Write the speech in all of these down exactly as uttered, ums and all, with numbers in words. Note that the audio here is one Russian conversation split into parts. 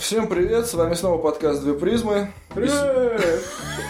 Всем привет, с вами снова подкаст «Две призмы». Привет!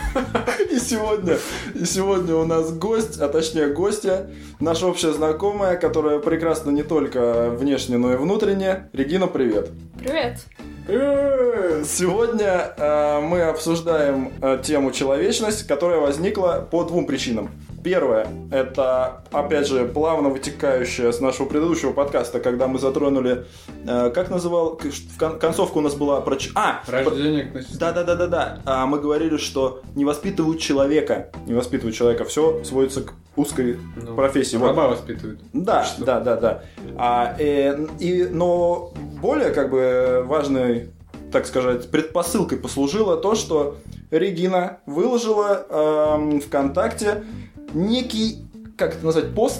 И сегодня, и сегодня у нас гость, а точнее гостья, наша общая знакомая, которая прекрасна не только внешне, но и внутренне. Регина, привет! Привет! Привет! Сегодня э, мы обсуждаем э, тему человечность, которая возникла по двум причинам. Первое, это, опять же, плавно вытекающее с нашего предыдущего подкаста, когда мы затронули, э, как называл, в кон- концовка у нас была про... А! Рождение к Да-да-да-да-да. А мы говорили, что не воспитывают человека, не воспитывают человека, все сводится к узкой ну, профессии. Раба воспитывают. Да, Что? да, да, да. А, э, и, но более как бы важной, так сказать, предпосылкой послужило то, что Регина выложила э, ВКонтакте некий, как это назвать, пост?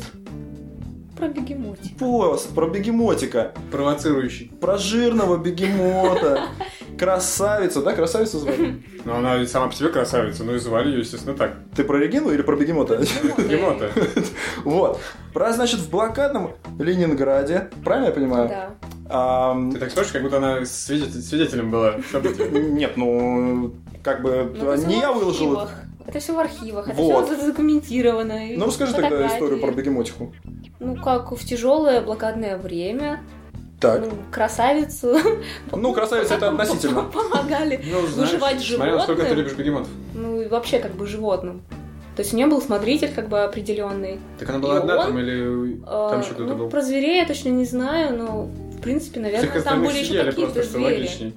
Про бегемотика. Пост про бегемотика. Провоцирующий. Про жирного бегемота. Красавица, да? Красавицу звали? Ну, она ведь сама по себе красавица, ну и звали ее, естественно, так. Ты про Регину или про бегемота? Бегемота. Вот. Про, значит, в блокадном Ленинграде. Правильно я понимаю? Да. А, Ты так смотришь, как будто она свидетель- свидетелем была события. нет, ну, как бы, Ну, это не всё я в выложил. архивах. Это все в архивах, это Вот. все задокументировано. и Ну, расскажи тогда фотографии. историю про бегемотиху. Ну, как в тяжелое блокадное время, Так. ну, красавицу Ну, красавица это относительно. помогали Ну, знаешь, выживать смотря насколько ты животным. любишь бегемотов. Ну, и вообще как бы животным. То есть у нее был смотритель как бы определенный. Так она была И одна он, там или там еще кто-то ну, был? про зверей я точно не знаю, но в принципе, наверное, Всех там остальных были еще съели какие-то просто, что звери. логичней.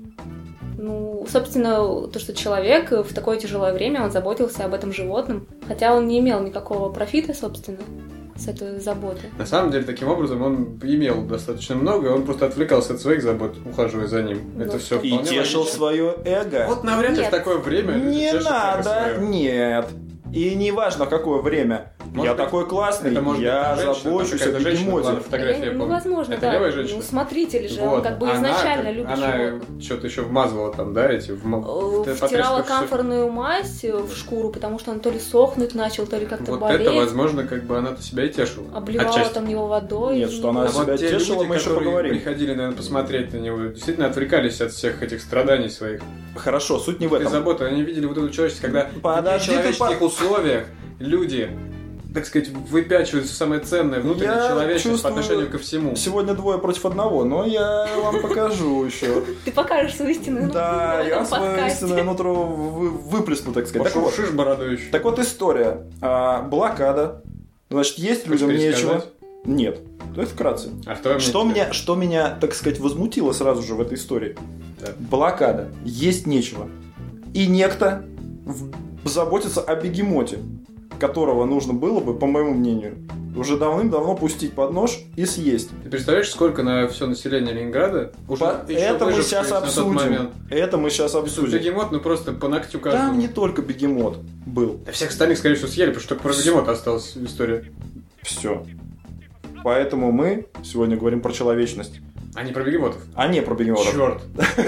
Ну, собственно, то, что человек в такое тяжелое время, он заботился об этом животном, хотя он не имел никакого профита, собственно, с этой заботы. На самом деле, таким образом, он имел достаточно много, он просто отвлекался от своих забот, ухаживая за ним. Ну, Это все И тешил свое эго. Вот навряд ли в Нет. такое время люди Не тешат эго надо, свое. нет. И не важно, какое время. Может Я быть, такой классный, это может я быть женщина, забочусь там о какая-то женщина была на бегемоте. фотографии, я ну, помню. возможно, Это да. левая женщина? Ну, смотритель же, Вот. он как бы Она изначально как- любит Она животных. что-то еще вмазывала там, да, эти... В... Э, Ты Втирала потрескавшись- камфорную мазь в шкуру, потому что он то ли сохнуть начал, то ли как-то Вот болеть. это, возможно, как бы она-то себя и тешила. Обливала Отчасти. там его водой. Нет, и что она А его- себя вот те тешила, люди, мы еще которые поговорим. приходили, наверное, посмотреть на него, действительно отвлекались от всех этих страданий своих. Хорошо, суть не в Этой этом. заботы. Они видели вот эту человечность, когда Подожди в ты, человеческих по- условиях люди, так сказать, выпячивают все самое ценное, внутреннее Я человечность чувствую- по отношению ко всему. Сегодня двое против одного, но я вам покажу еще. Ты покажешь свою истинную Да, нутро в я этом свое подкасте. истинное нутро вы- выплесну, так сказать. Так Пошел вот, шиш бородой. так вот история. А, блокада. Значит, есть Хочешь людям нечего. пересказать? Нет. То есть вкратце. А второе Что мнение? меня, что меня, так сказать, возмутило сразу же в этой истории? Да. Блокада. Есть нечего. И некто в- заботится о бегемоте, которого нужно было бы, по моему мнению, уже давным-давно пустить под нож и съесть. Ты представляешь, сколько на все население Ленинграда уже По- еще это мы выживших сейчас на тот обсудим. момент? Это мы сейчас обсудим. Бегемот, ну просто по ногтю каждому. Там не только бегемот был. Да всех остальных, скорее всего, съели, потому что только про бегемота осталась история. Все. Поэтому мы сегодня говорим про человечность. А не про бегемотов. А не про бегемотов. Черт.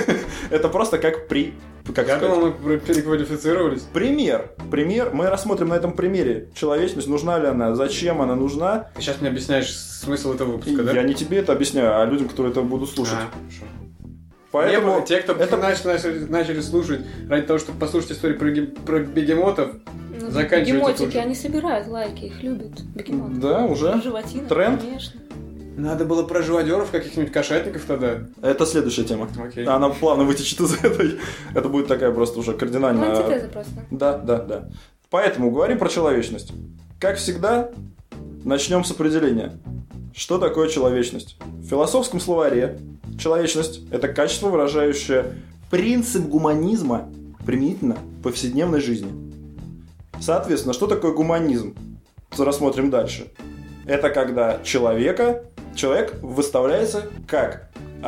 Это просто как при... Как Я сказать? думал, мы переквалифицировались. Пример. Пример. Мы рассмотрим на этом примере человечность, нужна ли она, зачем она нужна. Ты сейчас мне объясняешь смысл этого выпуска, да? Я не тебе это объясняю, а людям, которые это будут слушать. А, хорошо. Поэтому Не было- те, кто это- начали, начали, начали слушать ради того, чтобы послушать историю про, ге- про бегемотов, Ну, заканчивайте бегемотики, тут же. они собирают лайки, их любят. Бегемоты. Да, уже. Животина, Тренд? конечно. Надо было про живодеров каких-нибудь кошатников тогда. Это следующая тема. Окей. Она плавно вытечет из этой. Это будет такая просто уже Ну, кардинальная... антитеза просто. Да, да, да. Поэтому говорим про человечность. Как всегда, начнем с определения. Что такое человечность? В философском словаре человечность – это качество, выражающее принцип гуманизма применительно к повседневной жизни. Соответственно, что такое гуманизм? Рассмотрим дальше. Это когда человека, человек выставляется как,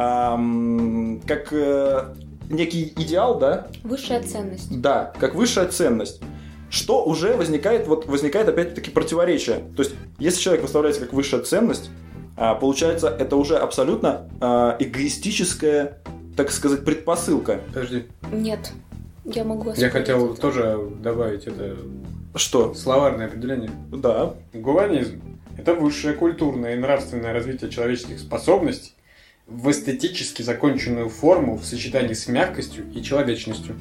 ам, как э, некий идеал, да? Высшая ценность. Да, как высшая ценность. Что уже возникает, вот возникает опять-таки противоречие. То есть, если человек выставляется как высшая ценность, а, получается, это уже абсолютно а, эгоистическая, так сказать, предпосылка. Подожди. Нет. Я могу Я оспорить хотел это. тоже добавить это Что? словарное определение. Да. Гуманизм – это высшее культурное и нравственное развитие человеческих способностей, в эстетически законченную форму в сочетании с мягкостью и человечностью.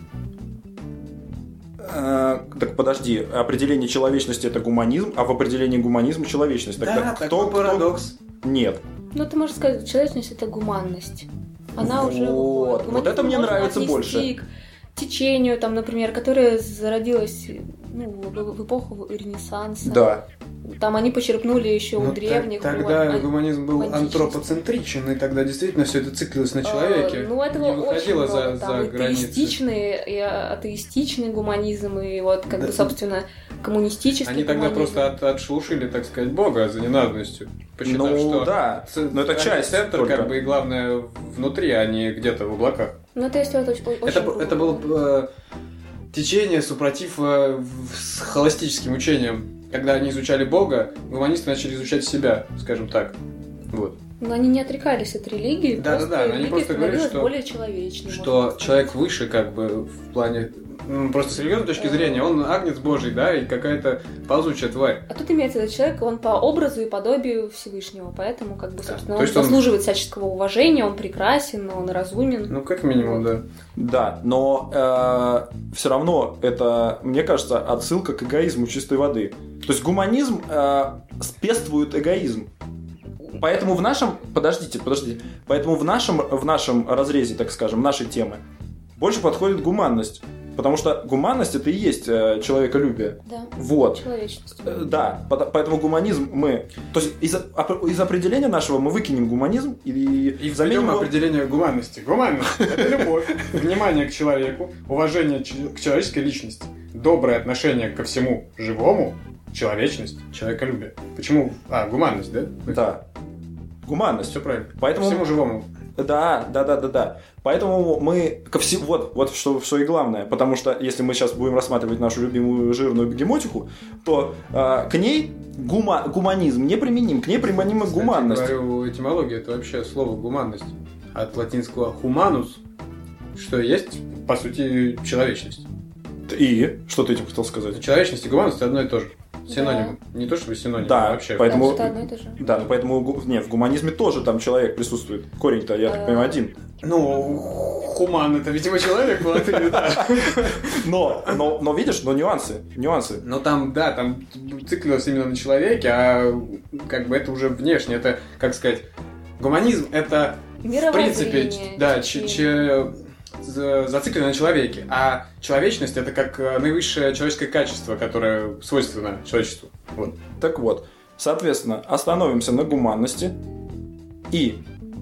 А, так подожди, определение человечности это гуманизм, а в определении гуманизма человечность. Да, Тогда такой кто, парадокс. Кто... Нет. Ну, ты можешь сказать, человечность это гуманность. Она Вот. уже выходит. Вот это мне можно нравится отнести больше. К течению, там, например, которое зародилось ну, в, в эпоху Ренессанса. Да. Там они почерпнули еще Ну, у древних. так- тогда вот, гуманизм был античность. антропоцентричен, и тогда действительно все это циклилось на человеке. Э, Ну, этого не очень выходило много. за, Там за и границы. теистичный, и атеистичный гуманизм, и вот, как Да. бы, собственно, коммунистический Они тогда гуманизм. просто от, отшелушили, так сказать, Бога за ненадобностью. Посчитав, Ну, что да. ц- Но это часть центр, только. как бы, и главное внутри, а не где-то в облаках. Ну, то есть, это очень, очень Это, грубо. это было э, течение супротив э, в- с холостическим учением. Когда они изучали Бога, гуманисты начали изучать себя, скажем так. Вот. Но они не отрекались от религии, Да, просто да, да, но они религия просто говорят, становилась что- более человечной. Что можно сказать. человек выше, как бы, в плане... ну, просто с религиозной точки зрения, он агнец Божий, да, и какая-то ползучая тварь. А тут имеется в виду человек, он по образу и подобию Всевышнего, поэтому, как бы, собственно, То он есть он- заслуживает всяческого уважения, он прекрасен, он разумен. Ну, как минимум, да. Да, но все равно это, мне кажется, отсылка к эгоизму чистой воды. То есть гуманизм э, спествует эгоизм. Поэтому в нашем... Подождите, подождите. Поэтому в нашем, в нашем разрезе, так скажем, нашей темы больше подходит гуманность. Потому что гуманность это и есть э, человеколюбие. Да. Вот. Человечность. Э, Да, пот- поэтому гуманизм мы... То есть из, оп- из определения нашего мы выкинем гуманизм и, И заменим введем его... определение гуманности. Гуманность – это любовь, внимание к человеку, уважение ч- к человеческой личности, доброе отношение ко всему живому, человечность, человеколюбие. Почему? А, гуманность, да? Да. Гуманность. Все правильно. Поэтому- Ко всему живому. Да, да, да, да, да. Поэтому мы ко всему, вот, вот что, что и главное, потому что если мы сейчас будем рассматривать нашу любимую жирную бегемотиху, то э, к ней гума, гуманизм не применим, к ней применима Кстати, гуманность. говорю, этимология – это вообще слово гуманность. От латинского humanus, что есть, по сути, человечность. И что ты этим хотел сказать? Человечность и гуманность – это одно и то же. Синоним. Не то чтобы синоним, Да, а вообще. поэтому- Да, это одно и то же. Да, ну поэтому гу- не, в гуманизме тоже там человек присутствует. Корень-то, я так Да. понимаю, один. Ну, хуман – это, видимо, человек по латыни, да. Но, но, но видишь, но нюансы, нюансы. Но там, да, там циклилось именно на человеке, а как бы это уже внешне. Это, как сказать, гуманизм – это, в принципе, Мировоззрение, да, течение. ч- ч- за- зациклено на человеке. А человечность – это как э, наивысшее человеческое качество, которое свойственно человечеству. Вот. Так вот, соответственно, остановимся на гуманности и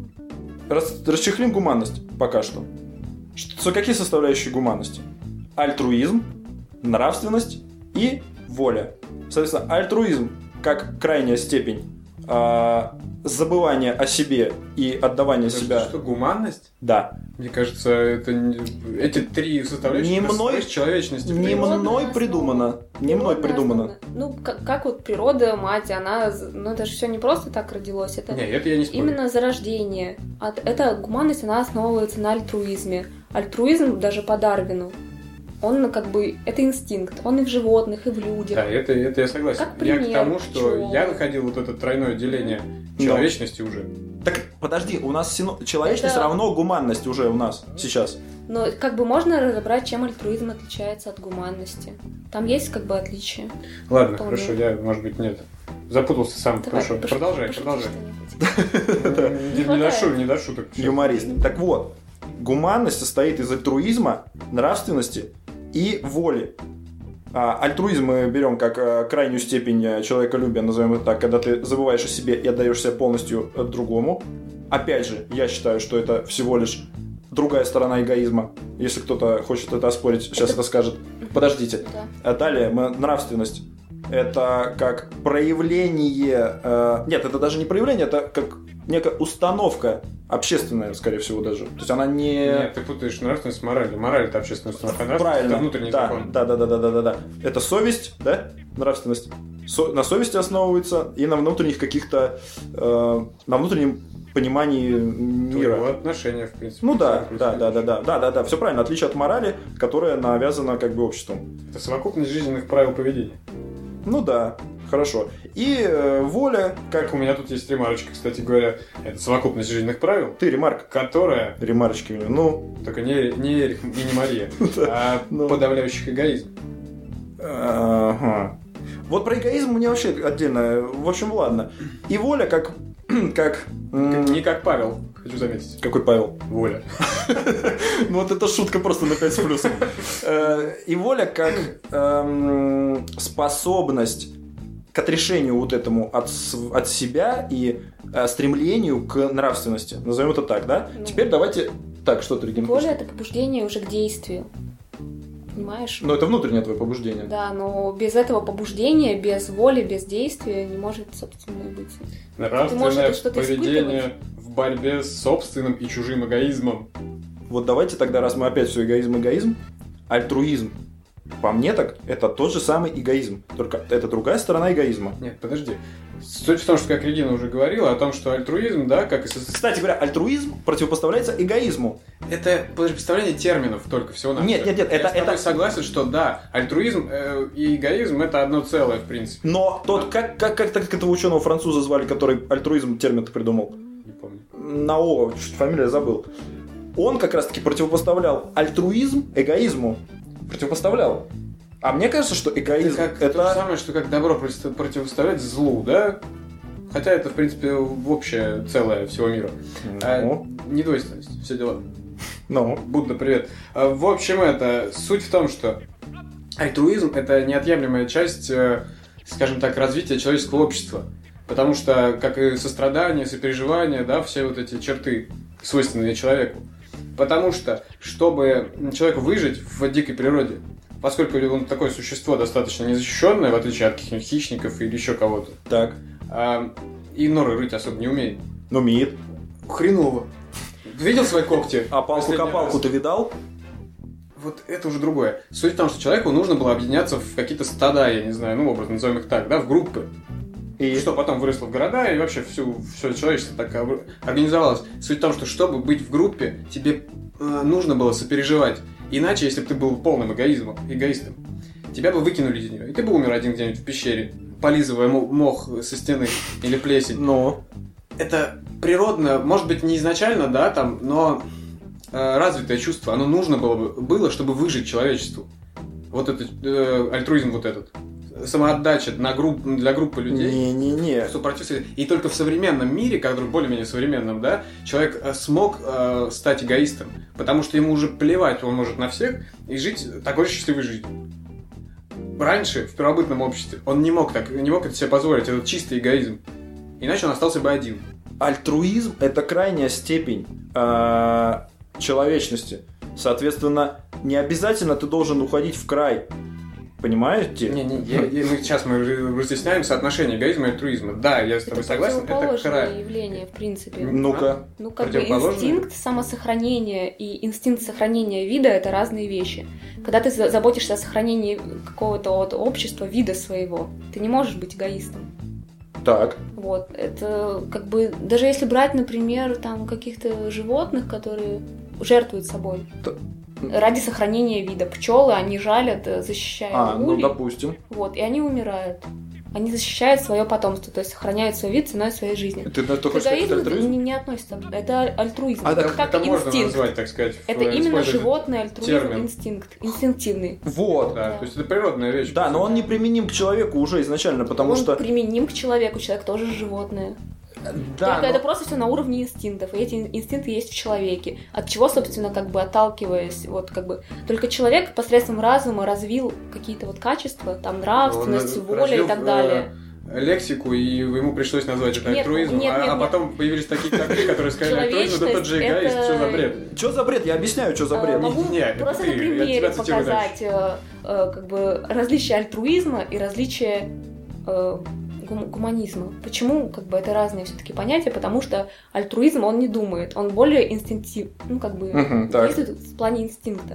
рас- расчехлим гуманность пока что. Что, какие составляющие гуманности? Альтруизм, нравственность и воля. Соответственно, альтруизм как крайняя степень а, забывания о себе и отдавания Что- себя. Что, гуманность? Да. Мне кажется, это не- эти три составляющие Не это мной- составляющие человечности. в Не принципе. Природная мной основа. придумано. Не мной Природная придумано. основа. Ну, как, как вот природа, мать, она... Ну, это же все не просто так родилось, это... Не, это я не спорю. Именно зарождение. А эта гуманность, она основывается на альтруизме. Альтруизм даже по Дарвину. Он как бы, это инстинкт. Он и в животных, и в людях. Да, это, это я согласен. Как я пример, к тому, что пчёлы. я находил вот это тройное деление Да. человечности уже. Так, подожди, у нас сино- человечность Это- равно гуманность уже у нас сейчас. Но как бы можно разобрать, чем альтруизм отличается от гуманности. Там есть как бы отличия. Ладно, Вполне. хорошо, я, может быть, нет. Запутался сам. Давай, Хорошо, пош- продолжай, пошути продолжай. что-нибудь. Не не хватает. до шу- не до шуток. Юморист. Так вот, гуманность состоит из альтруизма, нравственности и воли. А, альтруизм мы берем как а, крайнюю степень а, человеколюбия, назовем это так, когда ты забываешь о себе и отдаешь себя полностью а, другому. Опять же, я считаю, что это всего лишь другая сторона эгоизма. Если кто-то хочет это оспорить, сейчас это, Это- скажет. Подождите. Да. А далее, мы, нравственность. Это как проявление... э, нет, это даже не проявление, это как некая установка общественная, скорее всего, даже. То есть она не... Нет, ты путаешь нравственность с моралью. Мораль – это общественная установка, а нравственность – Правильно. это внутренний да, закон. да, да, да, да, да, да, да. Это совесть, да, нравственность. Со- на совести основывается и на внутренних каких-то... э, на внутреннем понимании мира. Твоего отношения, в принципе. Ну да, Всё да, да, да, да, да, да, да, все правильно. Отличие от морали, которая навязана как бы обществом. Это совокупность жизненных правил поведения. Ну да, Хорошо. И э, воля, Как как... у меня тут есть ремарочка, кстати говоря, это совокупность жизненных правил, Ты, ремарк. которая, Ремарочки у него. Ну, только не, не Эрих и не Мария, а Ну. подавляющий эгоизм. ага. Вот про эгоизм мне вообще отдельно. В общем, ладно. И воля как... как м, Не как Павел, хочу заметить. какой Павел? Воля. Ну вот это шутка просто на пять с плюсом. Э, И воля как эм, способность к отрешению вот этому от, с- от себя и э, стремлению к нравственности. Назовем это так, да? Ну. Теперь давайте... Так, что ты, Регина? Воля хочешь? — это побуждение уже к действию. Понимаешь? Ну, это внутреннее твое побуждение. Да, но без этого побуждения, без воли, без действия не может, собственно, быть. Нравственное это что-то поведение в борьбе с собственным и чужим эгоизмом. Вот давайте тогда, раз мы опять все эгоизм-эгоизм, альтруизм. По мне так, это тот же самый эгоизм. Только это другая сторона эгоизма. Нет, подожди. Суть в том, что, как Регина уже говорила, о том, что альтруизм, да, как и... со- Кстати говоря, альтруизм противопоставляется эгоизму. Это представление терминов только всего на Нет, нет, нет, Я это- с тобой это- согласен, что да, альтруизм э, и эгоизм это одно целое, в принципе. Но тот, как, как, как, так этого ученого француза звали, который альтруизм термин-то придумал? Не помню. На О, чуть фамилию забыл. Он как раз-таки противопоставлял альтруизм эгоизму. Противопоставлял. А мне кажется, что Это эгоизм как это... то же самое, что как добро против- противоставлять злу, да? Хотя это, в принципе, в общее целое всего мира. А, Ну, недвойственность, все дела. ну. Будда, привет. А, В общем, это суть в том, что альтруизм это неотъемлемая часть, э, скажем так, развития человеческого общества. Потому что, как и сострадание, сопереживание, да, все вот эти черты, свойственные человеку. Потому что, чтобы человеку выжить в дикой природе, поскольку он такое существо достаточно незащищенное, в отличие от каких-нибудь хищников или еще кого-то, Так. а, и норы рыть особо не умеет. Ну, мид. Хреново. Видел свои когти? А Последний палку-копалку раз? ты видал? Вот это уже другое. Суть в том, что человеку нужно было объединяться в какие-то стада, я не знаю, ну, образно назовем их так, да, в группы. И Что потом выросло в города, и вообще всю, все человечество так ор- организовалось. Суть в том, что чтобы быть в группе, тебе э, нужно было сопереживать. Иначе, если бы ты был полным эгоизмом, эгоистом, тебя бы выкинули из нее, и ты бы умер один где-нибудь в пещере, полизывая мо- мох со стены или плесень. Ну, Это природно, может быть, не изначально, да, там, но э, развитое чувство, оно нужно было, бы, было, чтобы выжить человечеству. Вот этот э, альтруизм вот этот. Самоотдача на групп, для группы людей. не-не-не. Супротив себя. И только в современном мире, который более-менее современном, да, человек э, смог э, стать эгоистом, потому что ему уже плевать, он может на всех и жить такой счастливой жизнью. Раньше, в первобытном обществе, он не мог так, не мог это себе позволить, это чистый эгоизм. Иначе он остался бы один. Альтруизм – это крайняя степень э, человечности. Соответственно, не обязательно ты должен уходить в край. Понимаете? Не, не, я- я- мы, сейчас мы разъясняем соотношение эгоизма и альтруизма. Да, я с тобой Это согласен, это противоположное край. явление, в принципе. Ну-ка. Ну, как бы Противоположное? инстинкт самосохранения и инстинкт сохранения вида — это разные вещи. Когда ты за- заботишься о сохранении какого-то вот общества, вида своего, ты не можешь быть эгоистом. Так. Вот, это как бы, даже если брать, например, там каких-то животных, которые жертвуют собой Т- ради сохранения вида. Пчелы, они жалят, э, защищая А, ну, улей, допустим. вот, и они умирают. Они защищают свое потомство, то есть сохраняют свой вид ценой своей жизни. Ты на К то хочешь сказать, это эгоизму это альтруизм? не, не относится, это аль- альтруизм. А, это так как Это можно инстинкт. назвать, так сказать. Это в- именно использовать животный альтруизм, термин. инстинкт, инстинктивный. Вот. Да, то есть это природная вещь. Да, но он не применим к человеку уже изначально, потому Он что... применим к человеку, человек тоже животное. Да, Только но- это просто все на уровне инстинктов, и эти инстинкты есть в человеке. От чего, собственно, как бы отталкиваясь, вот как бы только человек посредством разума развил какие-то вот качества, там нравственность, Он воля развил, и так далее. э, лексику, и ему пришлось назвать это Нет, альтруизмом, нет, а, нет, а нет. потом появились такие корты, которые сказали, альтруизм это тот же эгоист, это- что за бред. Что за бред? Я объясняю, что за Э, бред. Могу Не, это просто ты, на я примере тебя цитирую показать э, э, как бы различие альтруизма и различие э, гум- гуманизма. Почему как бы это разные все-таки понятия? Потому что альтруизм он не думает, он более инстинктив, ну как бы Мгм, так. действует в плане инстинкта.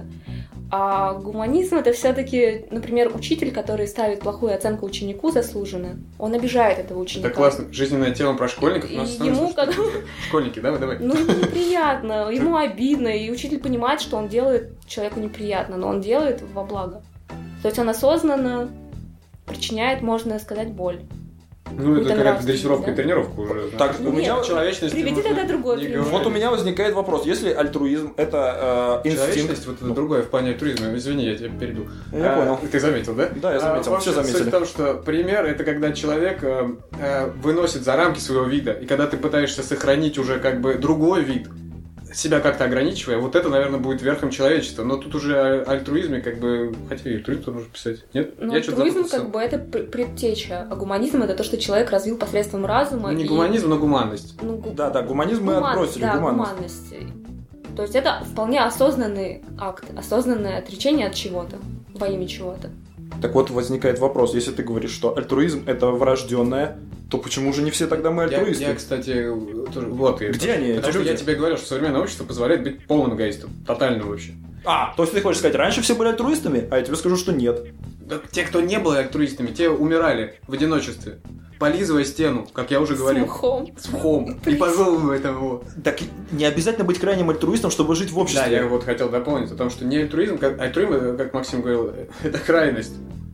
А гуманизм это все-таки, например, учитель, который ставит плохую оценку ученику заслуженно, он обижает этого ученика. Это классно. Жизненная тема про школьников. У нас И становится ему что-то- как- Школьники, давай, давай. Ну, ему неприятно, ему обидно, и учитель понимает, что он делает человеку неприятно, но он делает во благо. То есть он осознанно причиняет, можно сказать, боль. Ну, это какая-то нравственность, дрессировка да? и тренировка уже. Так, знаешь. у меня- Нет, человечность. Приведи тогда другой пример. Вот у меня возникает вопрос, если альтруизм это э, инстинкт... Человечность, вот это другое в плане альтруизма. Извини, я тебя перейду. Я понял. Ты заметил, да? Да, я заметил. А, Все вообще, заметили. Суть в том, что пример — это когда человек э, э, выносит за рамки своего вида, и когда ты пытаешься сохранить уже как бы другой вид, себя как-то ограничивая, вот это, наверное, будет верхом человечества. Но тут уже о альтруизме как бы... Хотя и альтруизм тоже можно писать. Нет? Ну, Я что-то альтруизм запутался. как бы это пр- предтеча, а гуманизм это то, что человек развил посредством разума. Ну, не и- гуманизм, но гуманность. Ну, гу- Да, да, гуманизм мы гуман- отбросили, да, гуманность. гуманность. То есть это вполне осознанный акт, осознанное отречение от чего-то, во имя чего-то. Так вот, возникает вопрос, если ты говоришь, что альтруизм это врожденное, то почему же не все тогда мы Я, альтруисты? я, кстати, тоже... Вот, я- Где они, Потому эти что люди? я тебе говорил, что современное общество позволяет быть полным эгоистом. Тотальным вообще. А, то есть ты хочешь сказать, раньше все были альтруистами, а я тебе скажу, что нет. Да, те, кто не был альтруистами, те умирали в одиночестве, полизывая стену, как я уже С говорил. мхом. С мхом. И пожевывая там его. Так не обязательно быть крайним альтруистом, чтобы жить в Да, обществе. я вот хотел дополнить о том, что не альтруизм, как альтруизм, как Максим говорил, это крайность.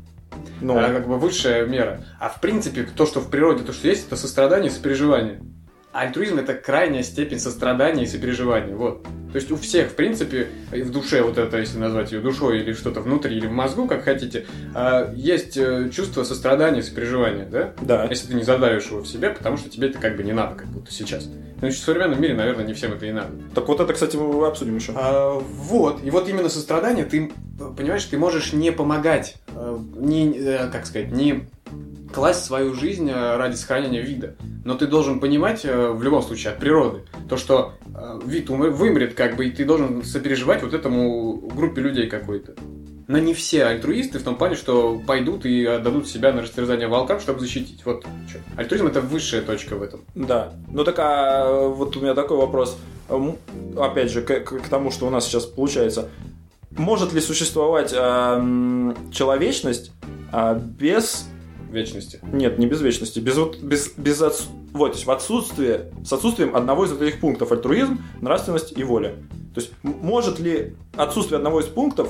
Ну, А, как бы высшая мера. А в принципе, то, что в природе, то, что есть, это сострадание и сопереживание. А альтруизм — это крайняя степень сострадания и сопереживания. Вот. То есть у всех, в принципе, в душе, вот это, если назвать ее душой или что-то внутри, или в мозгу, как хотите, а, есть э, чувство сострадания и сопереживания, да? да. Если ты не задавишь его в себе, потому что тебе это как бы не надо, как будто сейчас. Значит, в современном мире, наверное, не всем это и надо. Так вот это, кстати, мы обсудим еще. А, вот, и вот именно сострадание, ты, понимаешь, ты можешь не помогать, э, не, э, как сказать, не класть свою жизнь э, ради сохранения вида. Но ты должен понимать, э, в любом случае, от природы, то, что э, вид умр- вымрет, как бы, и ты должен сопереживать вот этому группе людей какой-то. Но не все альтруисты в том плане, что пойдут и отдадут себя на растерзание волкам, чтобы защитить. Вот что. Альтруизм — это высшая точка в этом. Да. Ну так, а вот у меня такой вопрос. М, Опять же, к, к- к тому, что у нас сейчас получается. Может ли существовать а, м, человечность а, без... Вечности. Нет, не без вечности. Без, вот- без, без отс- вот, то есть в отсутствие, с отсутствием одного из вот этих пунктов. Альтруизм, нравственность и воля. То есть м- может ли отсутствие одного из пунктов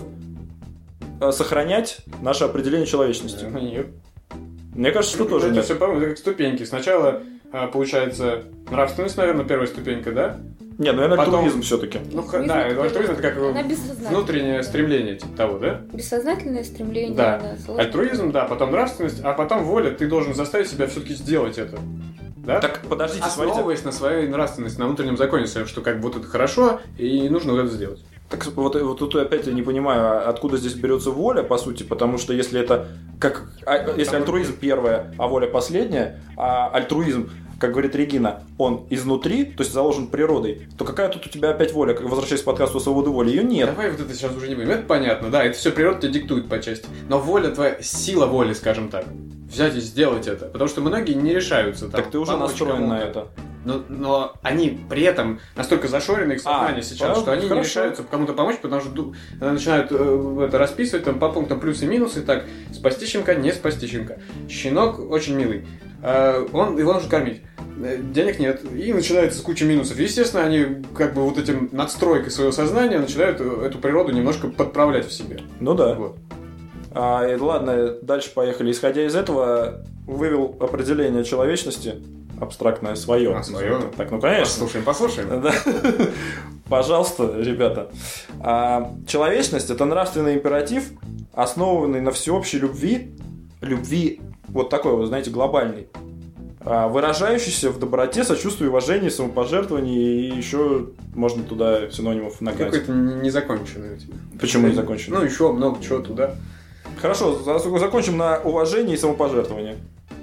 а, сохранять наше определение человечности? Ну, нет. Мне кажется, что тоже это нет. все это как ступеньки. Сначала а, получается нравственность, наверное, первая ступенька, да? Нет, наверное, Потом- альтруизм все-таки. Ну, х- Альтруизм да, это альтруизм это как Она бессознательная. внутреннее стремление, типа того, да? Бессознательное стремление. Да. сложно. Альтруизм, да, потом нравственность, а потом воля, ты должен заставить себя все-таки сделать это. Да? Так, подождите, смотрите. Основываясь на своей нравственности, на внутреннем законе своем, что как бы вот это хорошо, и нужно вот это сделать. Так вот, вот тут опять я не понимаю, откуда здесь берется воля, по сути, потому что если это как а, если альтруизм первое, а воля последняя, а альтруизм, как говорит Регина, он изнутри, то есть заложен природой, то какая тут у тебя опять воля, как возвращаясь к подкасту «Свобода воли», ее нет. Давай вот это сейчас уже не будем. Это понятно, да, это все природа тебе диктует по части. Но воля твоя, сила воли, скажем так, взять и сделать это. Потому что многие не решаются там. Так ты уже помочь настроен кому-то. на это. Но, но они при этом настолько зашорены их сознание А, сейчас, да, что они хорошо. не решаются кому-то помочь, потому что ду- начинают э, это расписывать там, по пунктам плюсы и минусы, так, спасти щенка, не спасти щенка. Щенок очень милый, э, он, его нужно кормить, Э, денег нет, и начинается с кучей минусов. Естественно, они как бы вот этим надстройкой своего сознания начинают э, эту природу немножко подправлять в себе. Ну да. Вот. А, и ладно, дальше поехали. Исходя из этого, вывел определение человечности, абстрактное свое. А, свое? Так, ну конечно. Послушаем, послушаем. Да. Пожалуйста, ребята. А, человечность — это нравственный императив, основанный на всеобщей любви, любви вот такой вот, знаете, глобальной, а, выражающийся в доброте, сочувствии, уважении, самопожертвовании, и еще можно туда синонимов нагнать. Какой-то незаконченный у тебя. Почему не закончено? Ну, еще много чего туда. Хорошо, за- закончим на уважении и самопожертвовании.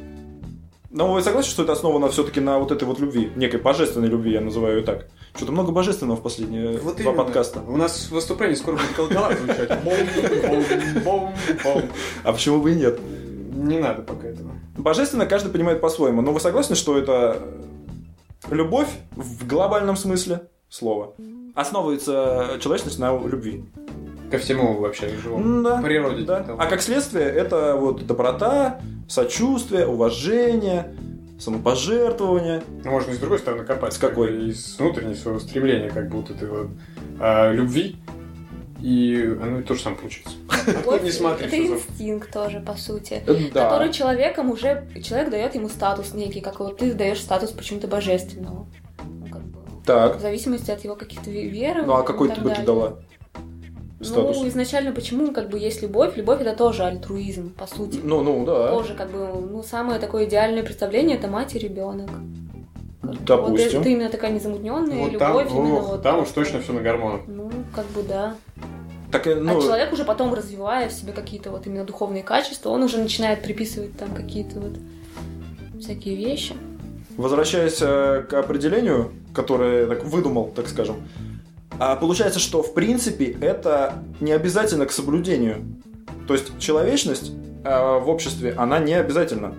Но вы согласны, что это основано все-таки на вот этой вот любви, некой божественной любви, я называю ее так? Что-то много божественного в последние Вот два именно. подкаста. У нас в выступлении скоро будет колокола звучать. Бом-бом-бом-бом. А почему бы и нет? Не надо пока этого. Божественно каждый понимает по-своему, но вы согласны, что это любовь в глобальном смысле слова? Основывается человечность на любви. Ко всему вообще живому. М, Да. Природе. Да. того. А как следствие, это вот доброта, сочувствие, уважение, самопожертвование. Ну, можно и с другой стороны копать. С какой? Как бы, и с внутреннего своего стремления, как бы вот этой вот а, любви. и оно то же самое получится. Вот Не смотри, это что за- инстинкт тоже, по сути. Да. Который человеком уже... Человек дает ему статус некий, как вот ты даешь статус почему-то божественного. Ну, как бы, Так. в зависимости от его каких-то ве- веры. Ну а и какой так ты бы ты далее. дала статус? Ну, изначально почему как бы есть любовь? Любовь — это тоже альтруизм, по сути. Ну, ну, да. Тоже как бы, ну, самое такое идеальное представление — это мать и ребенок. Допустим. Вот это именно такая незамутненная Вот там, любовь, именно ох, вот. там уж точно все на гормонах. Ну, как бы да. Так, э, ну, А человек уже потом, развивая в себе какие-то вот именно духовные качества, он уже начинает приписывать там какие-то вот всякие вещи. возвращаясь э, к определению, которое я так выдумал, так скажем, а получается, что в принципе это не обязательно к соблюдению. То есть человечность э, в обществе, она не обязательна.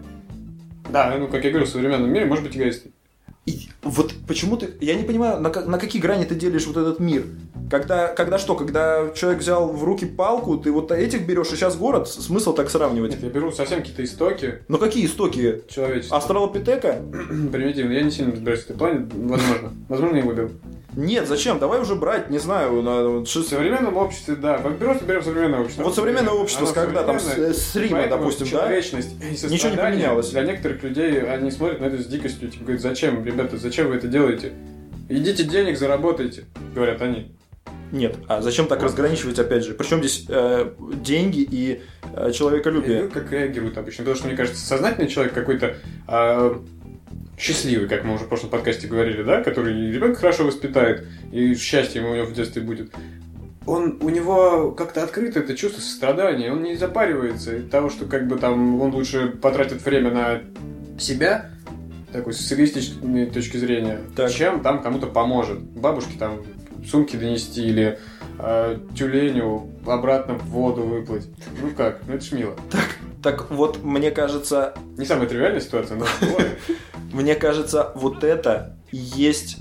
Да, ну, как я говорил, в современном мире может быть эгоистом. И вот почему ты... Я не понимаю, на, ка- на какие грани ты делишь вот этот мир. Когда, когда что? Когда человек взял в руки палку, ты вот этих берешь, и сейчас город, с- смысл так сравнивать? Нет, я беру совсем какие-то истоки Но какие истоки? человечества. Астралопитека? Примитивно. Я не сильно разбираюсь в этой плане, возможно. Возможно, я его беру. Нет, зачем? Давай уже брать, не знаю, на В шест- современном обществе, да. Во-первых, берем современное общество. Вот современное общество, Оно когда там с, современное, с Рима, поэтому допустим, да? человечность и Ничего не сострадание поменялось. Для некоторых людей, они смотрят на это с дикостью, типа, говорят, зачем, ребята, зачем вы это делаете? Идите денег заработайте, говорят они. Нет, а зачем так разграничивать, опять же? Причем здесь э, деньги и э, И человеколюбие? как реагируют обычно? Потому что, мне кажется, сознательный человек какой-то а, счастливый, как мы уже в прошлом подкасте говорили, да, который и ребенка хорошо воспитает, и счастье ему у него в детстве будет. Он, у него как-то открыто это чувство сострадания, он не запаривается от того, что как бы там он лучше потратит время на себя, такой с эгоистической точки зрения, Так. чем там кому-то поможет. Бабушке там сумки донести или э, тюленю обратно в воду выплыть. Ну как, ну это ж мило. Так вот, мне кажется, Не самая тривиальная ситуация, но бывает. мне кажется, вот это и есть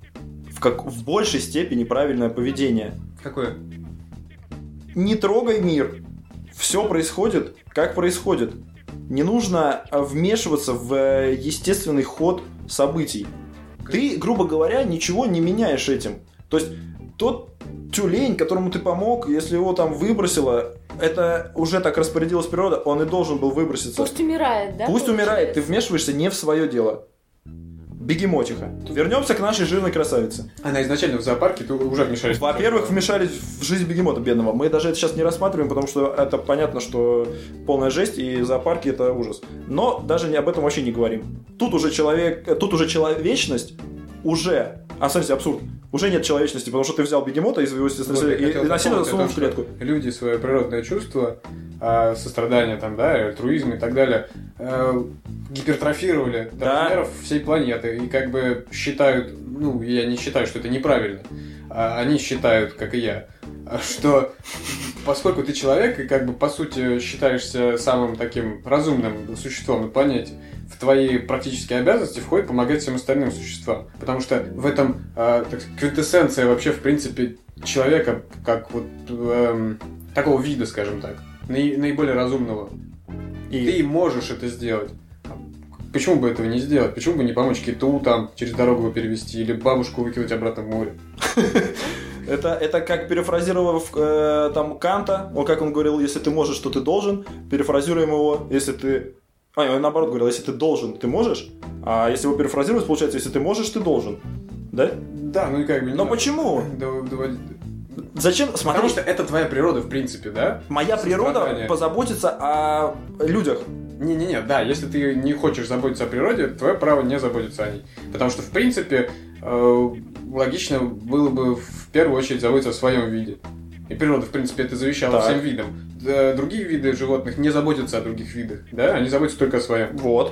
в, как, в большей степени правильное поведение. Какое? Не трогай мир. Все происходит, как происходит. Не нужно а, вмешиваться в э, естественный ход событий. Ты, грубо говоря, ничего не меняешь этим. То есть тот тюлень, которому ты помог, если его там выбросило, это уже так распорядилась природа, он и должен был выброситься. Пусть умирает, да? Пусть умирает, ты получается? вмешиваешься не в свое дело. Бегемотиха. Вернемся к нашей жирной красавице. Она изначально в зоопарке, ты уже вмешались. Во-первых, вмешались в жизнь бегемота бедного. Мы даже это сейчас не рассматриваем, потому что это понятно, что полная жесть, и зоопарки это ужас. Но даже не об этом вообще не говорим. Тут уже человек, тут уже человечность уже, а смотрите, абсурд, уже нет человечности, потому что ты взял бегемота из его естественной Вот, среды я и, хотел и насильно дополнить о засунул том, в клетку. что Люди свое природное чувство, а, сострадание, там, да, альтруизм и так далее, э, гипертрофировали до Да. размеров всей планеты и как бы считают, ну, я не считаю, что это неправильно, а они считают, как и я, что поскольку ты человек и как бы по сути считаешься самым таким разумным существом на планете, в твои практические обязанности входит помогать всем остальным существам. Потому что в этом э, так сказать, квинтэссенция вообще, в принципе, человека, как вот эм, такого вида, скажем так, наи- наиболее разумного. И Ты можешь это сделать. Почему бы этого не сделать? Почему бы не помочь киту там через дорогу его перевести или бабушку выкинуть обратно в море? это, это как перефразировав э, там Канта, он как он говорил, если ты можешь, то ты должен. Перефразируем его, если ты... А, он наоборот говорил, если ты должен, ты можешь. А если его перефразировать, получается, если ты можешь, ты должен. Да? Да, ну и как бы не Но надо почему? дов- доводить. Зачем? Смотри, Потому что это твоя природа, в принципе, да? моя природа Сострадание. позаботится о людях. Не-не-не, да, если ты не хочешь заботиться о природе, твое право не заботиться о ней. Потому что, в принципе, э, логично было бы в первую очередь заботиться о своем виде. И природа, в принципе, это завещала Так. всем видам. Д- Другие виды животных не заботятся о других видах, да? Они заботятся только о своем. Вот.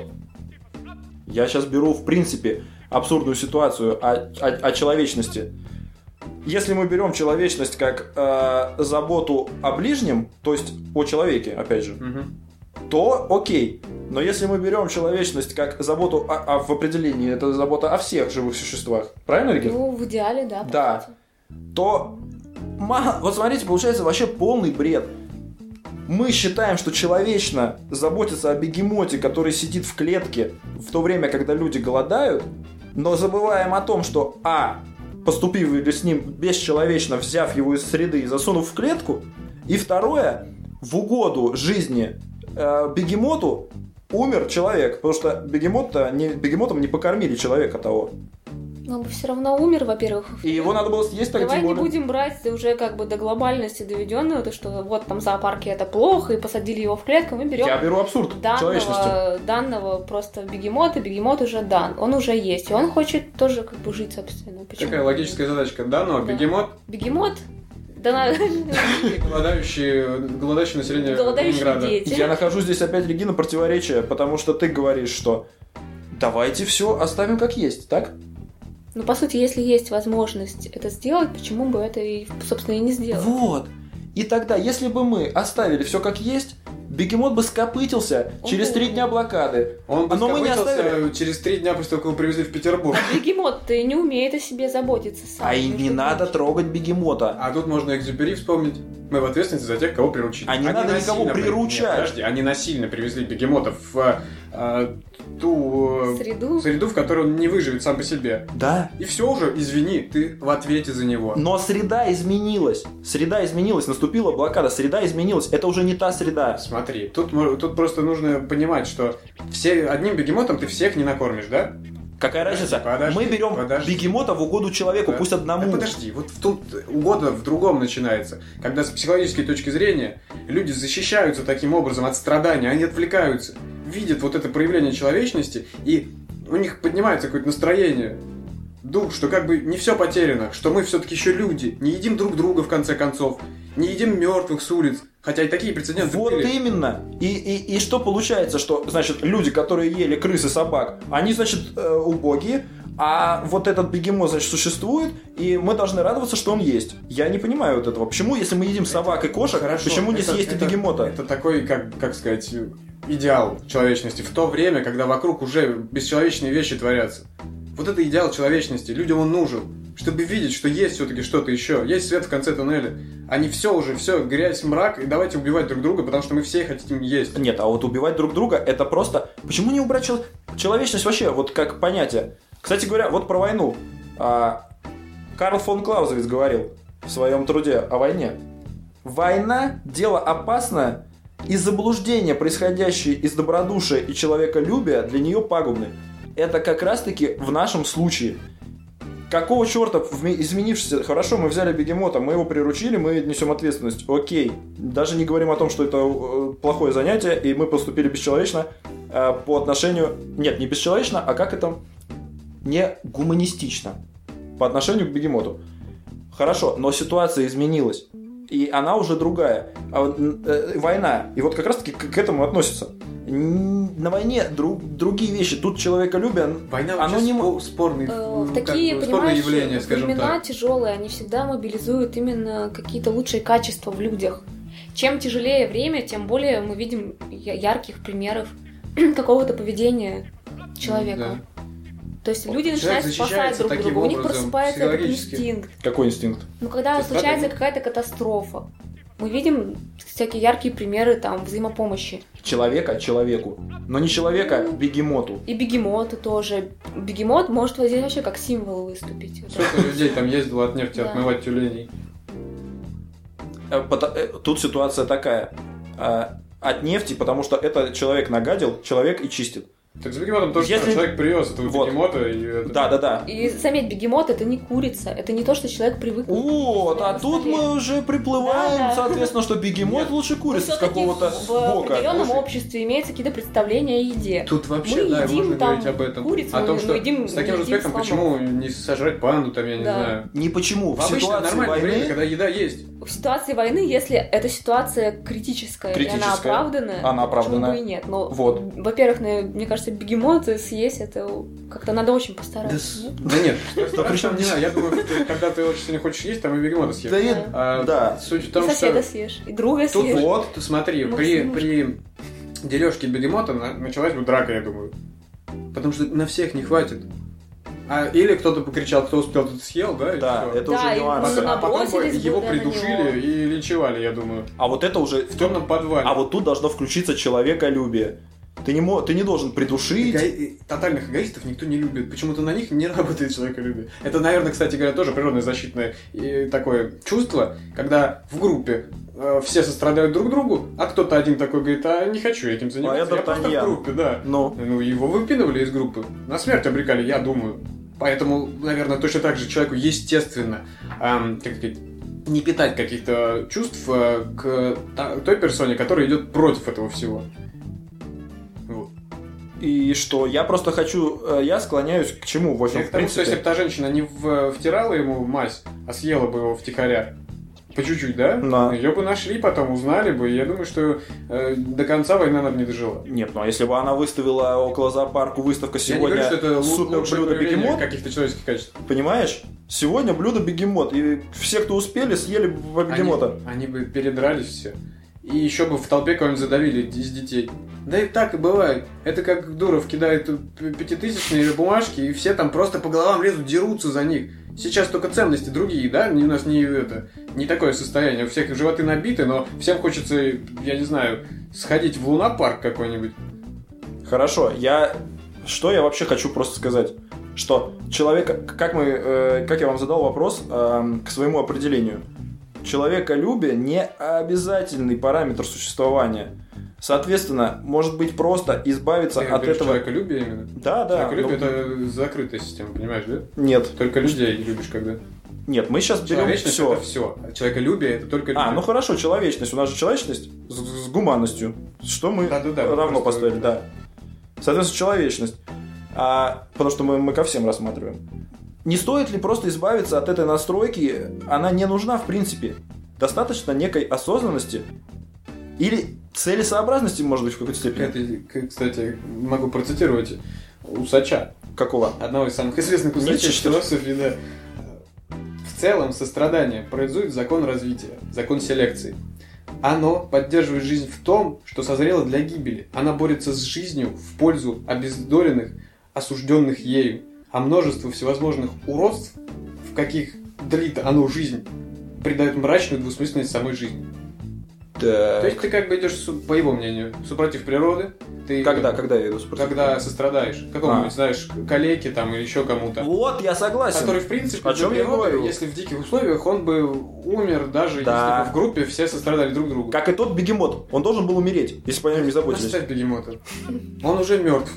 Я сейчас беру, в принципе, абсурдную ситуацию о, о, о человечности. Если мы берем человечность как э, заботу о ближнем, то есть о человеке, опять же, Мгм. то окей. Но если мы берем человечность как заботу о, о- в определении, это забота о всех живых существах, правильно, Рикет? Ну, в идеале, да. по Да. сути. То, ма- вот смотрите, получается вообще полный бред. Мы считаем, что человечно заботиться о бегемоте, который сидит в клетке в то время, когда люди голодают, но забываем о том, что а. поступив с ним бесчеловечно, взяв его из среды и засунув в клетку. И второе, в угоду жизни э, бегемоту умер человек, потому что бегемот-то не, бегемотом не покормили человека того. Но он бы все равно умер, во-первых. И его надо было съесть, так Давай тем не более. будем брать уже как бы до глобальности доведенного, то что вот там в зоопарке это плохо, и посадили его в клетку, мы берем Я беру абсурд человечности. данного, данного просто бегемота, бегемот уже дан, он уже есть, и он хочет тоже как бы жить, собственно. Почему? Такая логическая задачка данного. Да. Бегемот, Бегемот, да на... голодающее, голодающее население голодающие Ленинграда. дети. Я нахожу здесь опять, Регина, противоречие, потому что ты говоришь, что давайте все оставим как есть, так? Ну, по сути, если есть возможность это сделать, почему бы это, и, собственно, и не сделать? Вот. И тогда, если бы мы оставили все как есть, бегемот бы скопытился через три дня блокады. Он бы Но мы не скопытился оставили. через три дня после того, как его привезли в Петербург. Бегемот-то не умеет о себе заботиться сам. А и не надо трогать бегемота. А тут можно Экзюпери вспомнить. Мы в ответственности за тех, кого приручили. А не надо никого насильно при- приручать. Нет, подожди, они насильно привезли бегемота в э, ту э, Среду. среду, в которой он не выживет сам по себе. Да. И все уже, извини, ты в ответе за него. Но среда изменилась. Среда изменилась. Наступила блокада. Среда изменилась. Это уже не та среда. Смотри, тут, мо- тут просто нужно понимать, что все, одним бегемотом ты всех не накормишь, да? Какая Подожди, разница? подожди, Мы берем подожди. бегемота в угоду человеку, Да. пусть одному. Да подожди, вот в тут угода в другом начинается. Когда с психологической точки зрения люди защищаются таким образом от страдания, они отвлекаются, видят вот это проявление человечности, и у них поднимается какое-то настроение, дух, что как бы не все потеряно, что мы все-таки еще люди, не едим друг друга в конце концов, не едим мертвых с улиц, хотя и такие прецеденты Вот были. именно. И, и, и что получается, что, значит, люди, которые ели крыс и собак, они, значит, э, убогие, а вот этот бегемот, значит, существует, и мы должны радоваться, что он есть. Я не понимаю вот этого. Почему, если мы едим собак и кошек, Хорошо, почему не это- съесть и это- бегемота? Это такой, как, как сказать, идеал человечности в то время, когда вокруг уже бесчеловечные вещи творятся. Вот это идеал человечности. Людям он нужен, чтобы видеть, что есть все-таки что-то еще. Есть свет в конце туннеля. А не все уже, все, грязь, мрак, и давайте убивать друг друга, потому что мы все хотим есть. Нет, а вот убивать друг друга, это просто... Почему не убрать чел- человечность вообще, вот как понятие? Кстати говоря, вот про войну. А, Карл фон Клаузевиц говорил в своем труде о войне. Война – дело опасное, и заблуждения, происходящие из добродушия и человеколюбия, для нее пагубны. Это как раз-таки в нашем случае. Какого черта, вме- изменившись, хорошо, мы взяли бегемота, мы его приручили, мы несем ответственность, окей. Даже не говорим о том, что это э, плохое занятие, и мы поступили бесчеловечно э, по отношению... Нет, не бесчеловечно, а как это? Не гуманистично по отношению к бегемоту. Хорошо, но ситуация изменилась, и она уже другая. А, э, война, и вот как раз-таки к, к этому относится. Н- На войне друг, другие вещи, тут человеколюбие, Война оно вообще не... спо- спорный, Э, ну, В как такие, бы, спорное понимаешь, явление, скажем времена так. тяжелые, они всегда мобилизуют именно какие-то лучшие качества в людях. Чем тяжелее время, тем более мы видим я- ярких примеров какого-то поведения человека. Да. То есть люди Человек начинают спасать защищается друг таким друга, у них образом просыпается этот психологически. инстинкт. Какой инстинкт? Ну, когда То есть случается надо- какая-то катастрофа, мы видим всякие яркие примеры там взаимопомощи. Человека человеку, но не человека бегемоту. И бегемоты тоже. Бегемот может вот здесь вообще как символ выступить. Сколько людей там ездило от нефти Да. отмывать тюленей? Э, пото- э, Тут ситуация такая. Э, От нефти, потому что это человек нагадил, человек и чистит. Так с бегемотом тоже Если- человек привез этого Вот. бегемота и это... Да, да, да. И заметь, бегемот это не курица, это не то, что человек привык. Вот, а на тут столе. мы уже приплываем, Да, да. соответственно, что бегемот Нет. лучше Но курицы с всё-таки какого-то в бока. определенном Слушай. обществе имеется какие-то представления о еде. Тут вообще, Мы да, едим можно там говорить об этом. курицу, О том, мы что едим- с таким едим же успехом, слонов. почему не сожрать панду, там, я не Да. знаю. Не почему. В, В обычное ситуации нормальное время, войны когда еда есть. В ситуации войны, если эта ситуация критическая, и она Критическая. оправданная, Она оправданная. почему бы и нет. Но, Вот. во-первых, на- мне кажется, бегемота съесть, это как-то надо очень постараться. нет? Да нет, Да причем- не знаю, я думаю, ты- когда ты очень сильно хочешь есть, там и бегемота съешь. Да, и- Да. А, да. Суть в И том, соседа что съешь, и друга тут съешь. вот, ты смотри, Ну, при, слушай. при дележке бегемота на- началась бы драка, я думаю. Потому что на всех не хватит. А, или кто-то покричал, кто успел, тот съел, да? и Да, всё. это Да, уже и нюанс. мы А потом бы набросились бы, его да, на придушили него. и линчевали, я думаю. А вот это уже... В темном подвале. А вот тут должно включиться человеколюбие. Ты не, мо... ты не должен придушить. Эго... Тотальных эгоистов никто не любит. Почему-то на них не работает человеколюбие. Это, наверное, кстати говоря, тоже природное защитное и такое чувство, когда в группе э, все сострадают друг другу, а кто-то один такой говорит, а не хочу этим заниматься. А я, я просто в группе, да. Но. Ну, его выпинывали из группы. На смерть обрекали, я думаю. Поэтому, наверное, точно так же человеку естественно, эм, как сказать, не питать каких-то чувств э, к той персоне, которая идет против этого всего. Вот. И что? Я просто хочу... Я склоняюсь к чему? В общем, я к тому, что если бы та женщина не в, втирала ему мазь, а съела бы его втихаря, по чуть-чуть, да? Да. Ее бы нашли, потом узнали бы, и я думаю, что э, до конца войны она бы не дожила. Нет, ну а если бы она выставила около зоопарку выставка сегодня я не говорю, что это супер лучшее блюдо проявление бегемот, каких-то человеческих качеств. понимаешь? Сегодня блюдо бегемот, и все, кто успели, съели бегемота. Они, они бы передрались все. И еще бы в толпе кого-нибудь задавили из детей. Да и так и бывает. Это как Дуров кидает пятитысячные бумажки, и все там просто по головам лезут, дерутся за них. Сейчас только ценности другие, да? У нас не, это, не такое состояние. У всех животы набиты, но всем хочется, я не знаю, сходить в лунопарк какой-нибудь. Хорошо, я... Что я вообще хочу просто сказать? Что человека... Как, мы, э, как я вам задал вопрос э, к своему определению. Человеколюбие не обязательный параметр существования. Соответственно, может быть просто избавиться Ты от этого... Человеколюбие именно? Да, да. Человеколюбие ну... это закрытая система, понимаешь, да? Нет. Только людей любишь когда? Нет, мы сейчас берем Человечность все. это все. Человеколюбие это только люди. А, ну хорошо, человечность. У нас же человечность с, с гуманностью. Что мы да, да, да, равно просто... поставили, да. Соответственно, человечность. А, потому что мы, мы ко всем рассматриваем. Не стоит ли просто избавиться от этой настройки? Она не нужна в принципе. Достаточно некой осознанности или целесообразности, может быть, в какой-то степени. Это, кстати, могу процитировать Усача. Какого? Одного из самых известных усачей философии, да. В целом, сострадание производит закон развития, закон селекции. Оно поддерживает жизнь в том, что созрело для гибели. Она борется с жизнью в пользу обездоленных, осужденных ею. А множество всевозможных уродств, в каких длит оно жизнь, придает мрачную двусмысленность самой жизни. Так. То есть ты как бы идешь, по его мнению, супротив природы. Ты когда, когда я иду супротив? Когда сострадаешь. Какому-нибудь, а. знаешь, калеке там или еще кому-то. Вот, я согласен. Который, в принципе, о чем я природы, говорю? если в диких условиях, он бы умер, даже да. если бы в группе все сострадали друг другу. Как и тот бегемот. Он должен был умереть, если по нему не заботились. Оставь бегемота. Он уже мертв.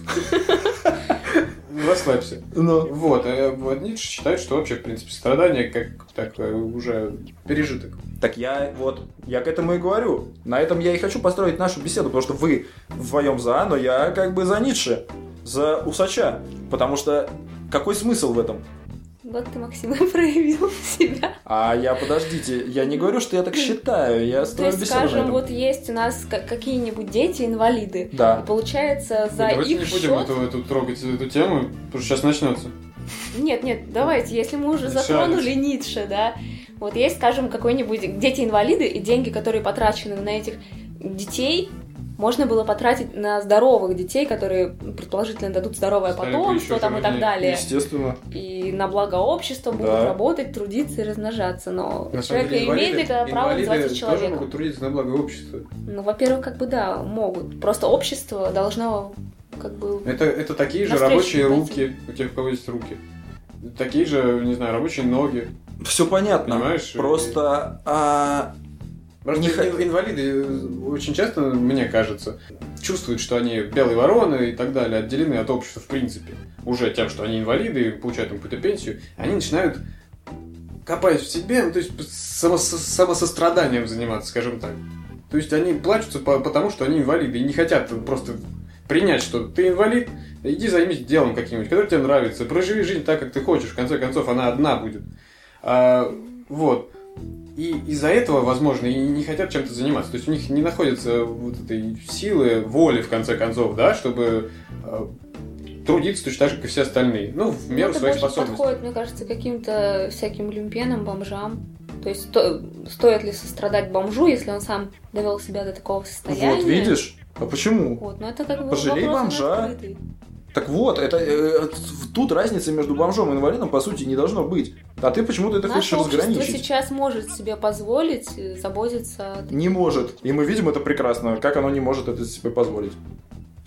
Расслабься. Но. Вот, а вот Ницше считает, что вообще, в принципе, страдание как так уже пережиток. Так я вот, я к этому и говорю. На этом я и хочу построить нашу беседу, потому что вы вдвоем за, но я как бы за Ницше, за Усача. Потому что какой смысл в этом? Вот ты, Максим, проявил себя. А я, подождите, я не говорю, что я так считаю, я строю беседу. То есть, скажем, вот есть у нас какие-нибудь дети-инвалиды. Да. И получается, за Давайте их не будем счет... эту, эту, трогать эту тему, потому что сейчас начнется. Нет, нет, давайте, если мы уже Решались. затронули Ницше, да, вот есть, скажем, какой-нибудь дети-инвалиды, и деньги, которые потрачены на этих детей, можно было потратить на здоровых детей, которые, предположительно, дадут здоровое Стали потомство там, и так далее. Естественно. И на благо общества будут Да. работать, трудиться и размножаться. Но На человек самом деле, имеет ли это право называться тоже человеком? могут трудиться на благо общества. Ну, во-первых, как бы да, могут. Просто общество должно как бы... Это, это такие же Навстречу рабочие пойти. руки, у тех, у кого есть руки. Такие же, не знаю, рабочие ноги. Все понятно. Понимаешь? Просто... А... Просто Не х- инвалиды очень часто, мне кажется, чувствуют, что они белые вороны и так далее, отделены от общества в принципе. Уже тем, что они инвалиды и получают им какую-то пенсию, они начинают, копаясь в себе, ну, то есть само- самосостраданием заниматься, скажем так. То есть они плачутся по- потому, что они инвалиды и не хотят просто принять, что ты инвалид, иди займись делом каким-нибудь, который тебе нравится, проживи жизнь так, как ты хочешь, в конце концов она одна будет. А, вот. И из-за этого, возможно, и не хотят чем-то заниматься. То есть у них не находится вот этой силы, воли, в конце концов, да, чтобы э, трудиться точно так же, как и все остальные. Ну, в меру это своих больше способностей. подходит, мне кажется, каким-то всяким люмпенам, бомжам. То есть сто... стоит ли сострадать бомжу, если он сам довел себя до такого состояния? Вот, видишь? А почему? Вот, но это как бы Пожалей вопрос бомжа. открытый. Так вот, это, э, тут разницы между бомжом и инвалидом, по сути, не должно быть. А ты почему-то это Наше хочешь общество разграничить. сейчас может себе позволить э, заботиться... о- Не может. И мы видим это прекрасно. Как оно не может это себе позволить.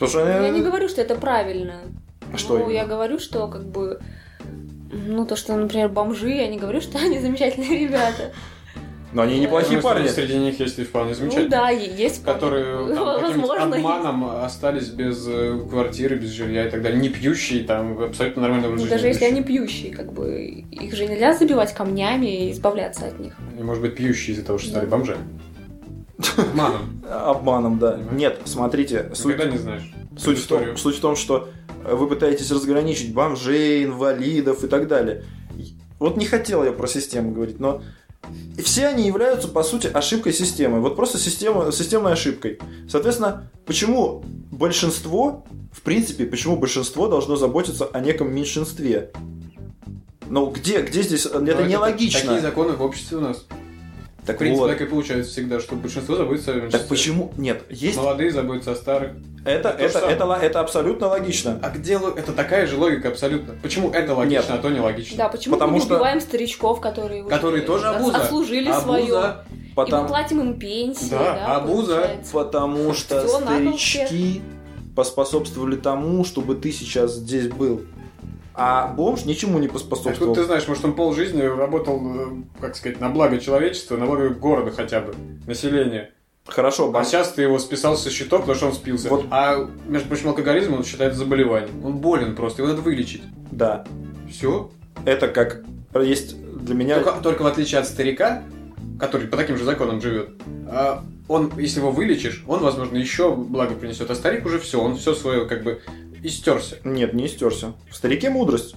Потому что они... Я не говорю, что это правильно. Что Ну, именно? я говорю, что как бы... Ну, то, что, например, бомжи, я не говорю, что они замечательные ребята. Но они неплохие Ну, парни. Среди них есть и вполне Ну замечательные. да, есть Которые там, каким-нибудь возможно, обманом остались без э, квартиры, без жилья и так далее. Не пьющие, там, абсолютно нормальный образ ну, жизни даже если ведущие. они пьющие, как бы их же нельзя забивать камнями и избавляться от них. И, может быть, пьющие из-за того, что стали Да. бомжами. Обманом. Обманом, да. Понимаешь? Нет, смотрите, суть, Никогда не знаешь. суть, в том, историю. суть в том, что вы пытаетесь разграничить бомжей, инвалидов и так далее. Вот не хотел я про систему говорить, но все они являются, по сути, ошибкой системы. Вот просто система, системной ошибкой. Соответственно, почему большинство, в принципе, почему большинство должно заботиться о неком меньшинстве? Ну, где, где здесь... Но Это нелогично. Такие законы в обществе у нас. Так В принципе, вот. так и получается всегда, что большинство заботится о меньшинстве. Так почему? Нет, есть... Молодые заботятся о старых. Это, То же это, самое. это, это абсолютно логично. А где ло- это такая же логика абсолютно? Почему это логично, Нет. а то не логично? Да, почему Потому мы не что- убиваем старичков, которые, уже Которые тоже от- обуза. отслужили Обуза. свое, и мы Потому, платим им пенсии, Да, да, обуза. получается. потому что Всё, на кол старички поспособствовали тому, чтобы ты сейчас здесь был. А бомж ничему не Откуда поспособствовал. ты знаешь, может он полжизни работал, э, как сказать, на благо человечества, на благо города хотя бы, населения. Хорошо, А бомж. сейчас ты его списал со счетов, потому что он спился. Вот. А, между прочим, алкоголизм он считает заболеванием. Он болен просто, его надо вылечить. Да. Все. Это как есть для меня... Только, только в отличие от старика, который по таким же законам живет, а, он, если его вылечишь, он, возможно, еще благо принесет. А старик уже все, он все свое как бы истерся. Нет, не истерся. В старике мудрость.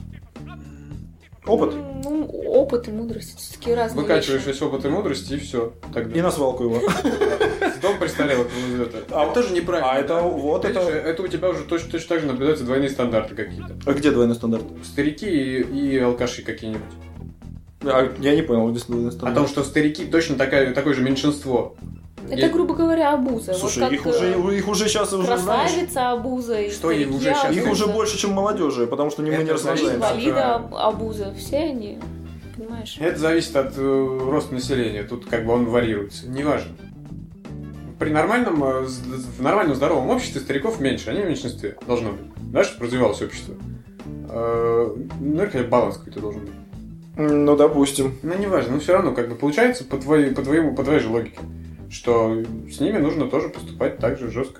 Опыт. Ну, опыт и мудрость, это такие разные Выкачиваешь вещи. весь опыт и мудрость, и все. Тогда. И на свалку его. В дом престарелых это. А, Это тоже неправильно. А это вот Видишь, это... это у тебя уже точно, точно так же наблюдаются двойные стандарты какие-то. А где двойной стандарт? Старики и, и алкаши какие-нибудь. А, я не понял, где двойной О стандарт. том, что старики точно такая, такое же меньшинство. Это, Я- грубо говоря, обуза. Слушай, вот как их, уже, их уже сейчас уже, знаешь... красавица обуза, и Что их старики уже щас- Их обуза, уже больше, чем молодежи, потому что не мы не Это зависит и размножаемся. инвалиды Да. об- обуза, все они, понимаешь? Это зависит от э, роста населения. Тут как бы он варьируется. Неважно. При нормальном, э, з- в нормальном здоровом обществе стариков меньше, они в меньшинстве должно быть. Да, чтобы развивалось общество. Э, ну, или хотя бы баланс какой-то должен быть. Ну, допустим. Ну, неважно, но все равно как бы получается по твоей, по твоему, по твоей же логике, что с ними нужно тоже поступать так же жестко.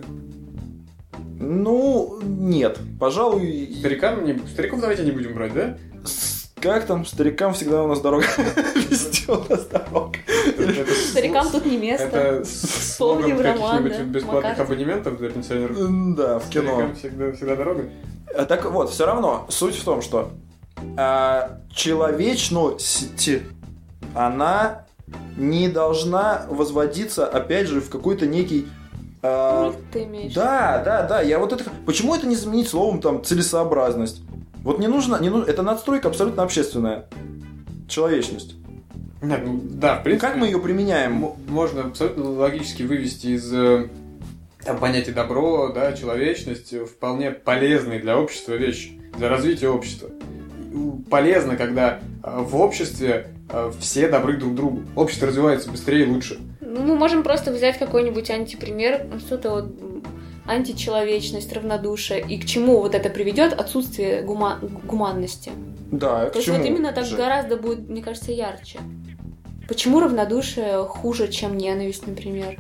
Ну, нет. Пожалуй, Старикам не, стариков давайте не будем брать, да? с- как там, старикам всегда у нас дорога везде у нас дорога. Это, Старикам тут не место. это слоган Вспомним роман, каких-нибудь да, бесплатных Маккарти. абонементов для пенсионеров. Да, в кино. Старикам всегда, всегда дорога. А Так вот, все равно, суть в том, что а, человечность, она не должна возводиться, опять же, в какой-то некий... а, Культ ты имеешь. да, да, да, я вот это... Почему это не заменить словом, там, целесообразность? Вот не нужно, не нужно... Это надстройка абсолютно общественная. Человечность. Нет, ну, да, в принципе. Как мы ее применяем? м- можно абсолютно логически вывести из э, там, понятия добро, да, человечность, э, вполне полезные для общества вещи, для развития общества. И полезно, когда э, в обществе э, все добры друг другу. Общество развивается быстрее и лучше. Ну, мы можем просто взять какой-нибудь антипример, ну, что-то вот м, античеловечность, равнодушие, и к чему вот это приведет отсутствие гума- гуманности. Да, к То есть чему вот именно так же? гораздо будет, мне кажется, ярче. Почему равнодушие хуже, чем ненависть, например?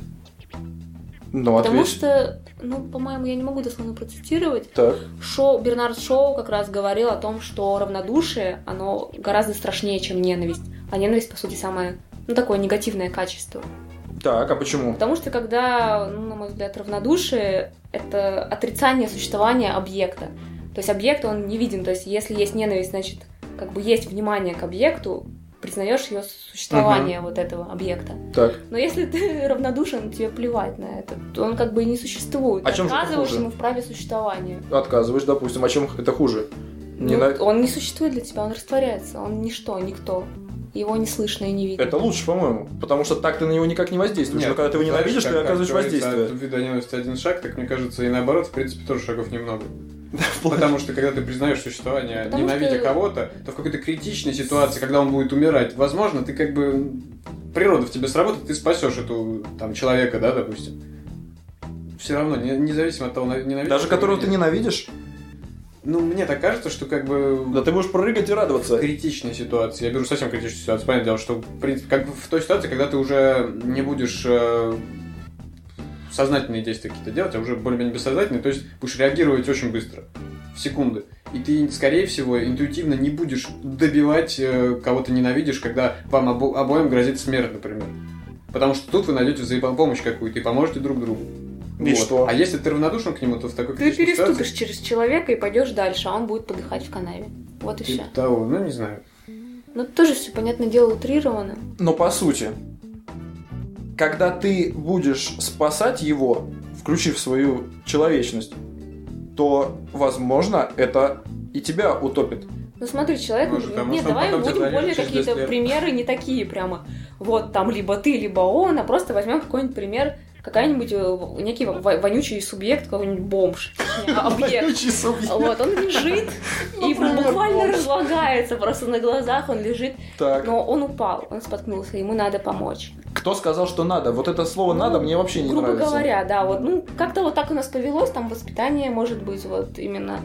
Ну, Потому ответь. что, ну, по-моему, я не могу дословно процитировать. Так. Шоу, Бернард Шоу как раз говорил о том, что равнодушие, оно гораздо страшнее, чем ненависть. А ненависть, по сути, самое, ну, такое негативное качество. Так, а почему? Потому что когда, ну, на мой взгляд, равнодушие — это отрицание существования объекта. То есть объект, он не виден. То есть если есть ненависть, значит, как бы есть внимание к объекту, признаешь ее существование вот этого объекта. Так. Но если ты равнодушен, тебе плевать на это, то он как бы и не существует. А чем же это Отказываешь хуже? ему в праве существования. Отказываешь, допустим. А чем это хуже? Не Ну, на- Он не существует для тебя, он растворяется, он ничто, никто. Его не слышно и не видно. Это лучше, по-моему. Потому что так ты на него никак не воздействуешь. Нет, Но когда ты его знаешь, ненавидишь, как- ты как оказываешь говорится, воздействие. от вида ненависти один шаг, так мне кажется, и наоборот, в принципе, тоже шагов немного. Потому что когда ты признаешь существование, Потому ненавидя что- кого-то, то в какой-то критичной ситуации, когда он будет умирать, возможно, ты как бы природа в тебе сработает, ты спасешь эту там человека, да, допустим. все равно, не- независимо от того, на- ненавидишь. Даже которого ты или нет. ненавидишь? Ну, мне так кажется, что как бы... Да ты будешь прыгать и радоваться. Критичная ситуация. Я беру совсем критичную ситуацию. Понятное дело, что в принципе, как в той ситуации, когда ты уже не будешь э, сознательные действия какие-то делать, а уже более-менее бессознательные, то есть будешь реагировать очень быстро, в секунды. И ты, скорее всего, интуитивно не будешь добивать э, кого ты ненавидишь, когда вам обо- обоим грозит смерть, например. Потому что тут вы найдете взаимопомощь какую-то и поможете друг другу. И Вот. что? А если ты равнодушен к нему, то в такой Ты критичной переступишь ситуации... через человека и пойдешь дальше, а он будет подыхать в канаве. Вот и все. Типа того, ну не знаю. Ну, тоже все, понятное дело, утрировано. Но по сути, когда ты будешь спасать его, включив свою человечность, то, возможно, это и тебя утопит. Ну смотри, человек... Может, а может, Нет, он давай потом тебя будем зарежет более через какие-то десять лет. примеры не такие прямо. Вот там либо ты, либо он, а просто возьмем какой-нибудь пример, какая-нибудь э, некий во- вонючий субъект, какой-нибудь бомж, точнее, объект. Вот, он лежит и Например, буквально бомж. разлагается просто на глазах, он лежит, Так, но он упал, он споткнулся, ему надо помочь. кто сказал, что надо? Вот это слово Ну, «надо» мне вообще не Грубо нравится. говоря, да, вот, ну, как-то вот так у нас повелось, там воспитание, может быть, вот именно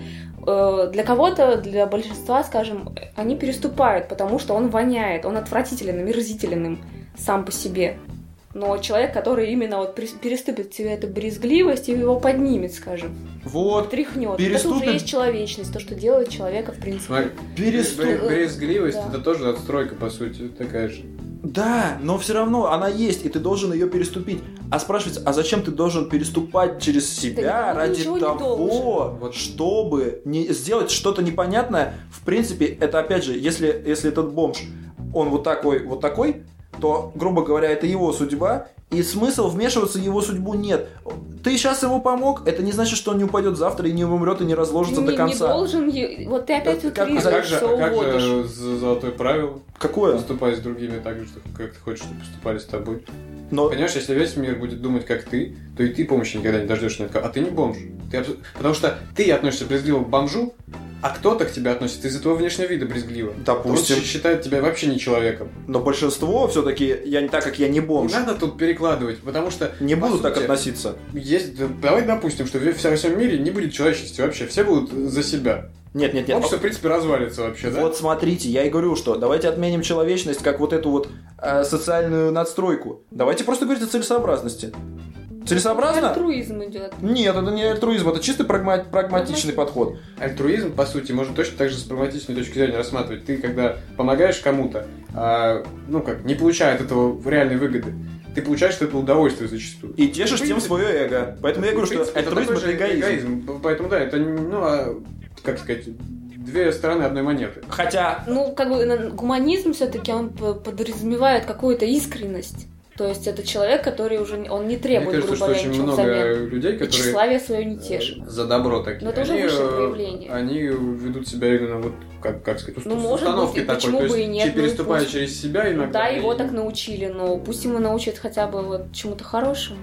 э, для кого-то, для большинства, скажем, они переступают, потому что он воняет, он отвратителен, омерзителен им сам по себе. Но человек, который именно вот прис- переступит в себе эту брезгливость и его поднимет, скажем, Вот, тряхнет. Это переступит- уже есть человечность, то, что делает человека, в принципе. Смотри, переступ. бре- брезгливость Да. это тоже отстройка, по сути, такая же. Да, но все равно она есть, и ты должен ее переступить. А спрашивается, а зачем ты должен переступать через себя никому ради ничего не того, должен. Вот. чтобы не сделать что-то непонятное? В принципе, это опять же, если, если этот бомж, он вот такой, вот такой, то, грубо говоря, это его судьба, и смысл вмешиваться в его судьбу нет. Ты сейчас ему помог, это не значит, что он не упадет завтра и не умрет и не разложится не, до не конца. должен, е- вот ты опять Как- как- А утрируешь, как же, все а как уводишь. же з- золотое правило? Какое? Поступай с другими так же, что- как ты хочешь, чтобы поступали с тобой. Но Понимаешь, если весь мир будет думать, как ты, то и ты помощи никогда не дождешься. А ты не бомж. Ты абсо- Потому что ты относишься брезгливо к бомжу, а кто-то к тебе относится из-за твоего внешнего вида брезгливо. Допустим. Он считает тебя вообще не человеком. Но большинство все-таки, я не так как я не бомж, Не надо тут перекладывать, потому что... не по буду так сути, относиться. Есть, да, давай допустим, что во во всем мире не будет человечности вообще. Все будут за себя. Нет, нет, нет. Общество, в принципе, развалится вообще, да? Вот смотрите, я и говорю, что давайте отменим человечность как вот эту вот э, социальную надстройку. Давайте просто говорить о целесообразности. Целесообразно? Альтруизм идет. Нет, это не альтруизм, это чисто прагма- прагматичный подход. Альтруизм, по сути, можно точно так же с прагматичной точки зрения рассматривать. Ты, когда помогаешь кому-то, а, ну как, не получая от этого реальной выгоды, ты получаешь от этого удовольствие зачастую. И тешишь В тем принципе- свое эго. Поэтому я В говорю, что принципе, альтруизм такой это же эгоизм. Поэтому, да, это, ну, а, как сказать, две стороны одной монеты. Хотя, Ну, как бы на- гуманизм все-таки он п- подразумевает какую-то искренность. То есть это человек, который уже не- он не Мне требует, кажется, грубо что говоря, очень ничего много взамен. людей, И которые тщеславие свое не тешит. за добро такие. Но это уже они, высшее э, проявление. Они ведут себя именно вот, как, как сказать, Ну, уст- может установкой быть, и такой. почему То бы есть, и нет, че- ну и переступая пусть. через себя иногда. Да, его и- так научили, но пусть ему научат хотя бы вот чему-то хорошему.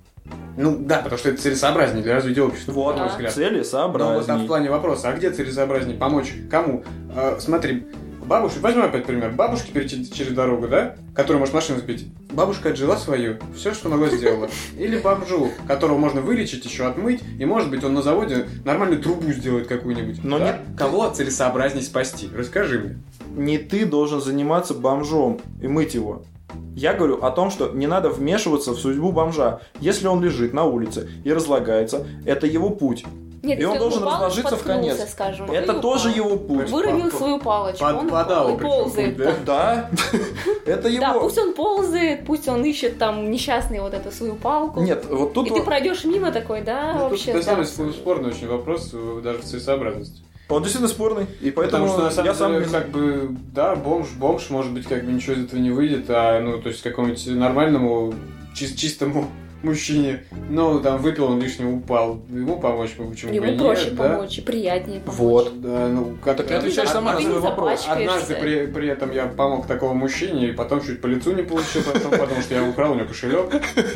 Ну да, потому что это целесообразнее для развития общества, вот, на мой Да. взгляд. целесообразней. Но вот там в плане вопроса, а где целесообразнее помочь? Кому? Э, смотри, бабушка, возьмем опять пример. Бабушке перейти через дорогу, да? Которая может машину сбить. Бабушка отжила свою, все, что могла, сделала. Или бомжу, которого можно вылечить, еще отмыть, и может быть он на заводе нормальную трубу сделает какую-нибудь. Но Да? нет. Кого целесообразней спасти? Расскажи мне. Не ты должен заниматься бомжом и мыть его. Я говорю о том, что не надо вмешиваться в судьбу бомжа. Если он лежит на улице и разлагается, это его путь. Нет, И если он должен упал, разложиться в споткнулся, конец. скажем, Это и тоже упал. его путь. Выронил Под- свою палочку, под- он подал, упал и причем ползает. путь, да? там. Да, это Да, его. пусть он ползает, пусть он ищет там несчастный вот эту свою палку. Нет, вот тут И вот- ты пройдешь мимо такой, да, Ну, тут вообще. на да. самом деле спорный очень вопрос, э, даже в целесообразности. он действительно спорный. И поэтому Потому что на самом я сам деле, не- как бы, да, бомж, бомж, может быть, как бы ничего из этого не выйдет, а, ну, то есть, какому-нибудь нормальному, чис- чистому мужчине, ну, там, выпил он лишнего, упал, ему помочь, почему бы и Ему нет, проще да? помочь и приятнее помочь. Вот. Да, ну, как Так ты отвечаешь сама на ты свой не вопрос. запачкаешься. Однажды при, при этом я помог такому мужчине, и потом чуть по лицу не получил, потом, потому что я украл у него кошелек.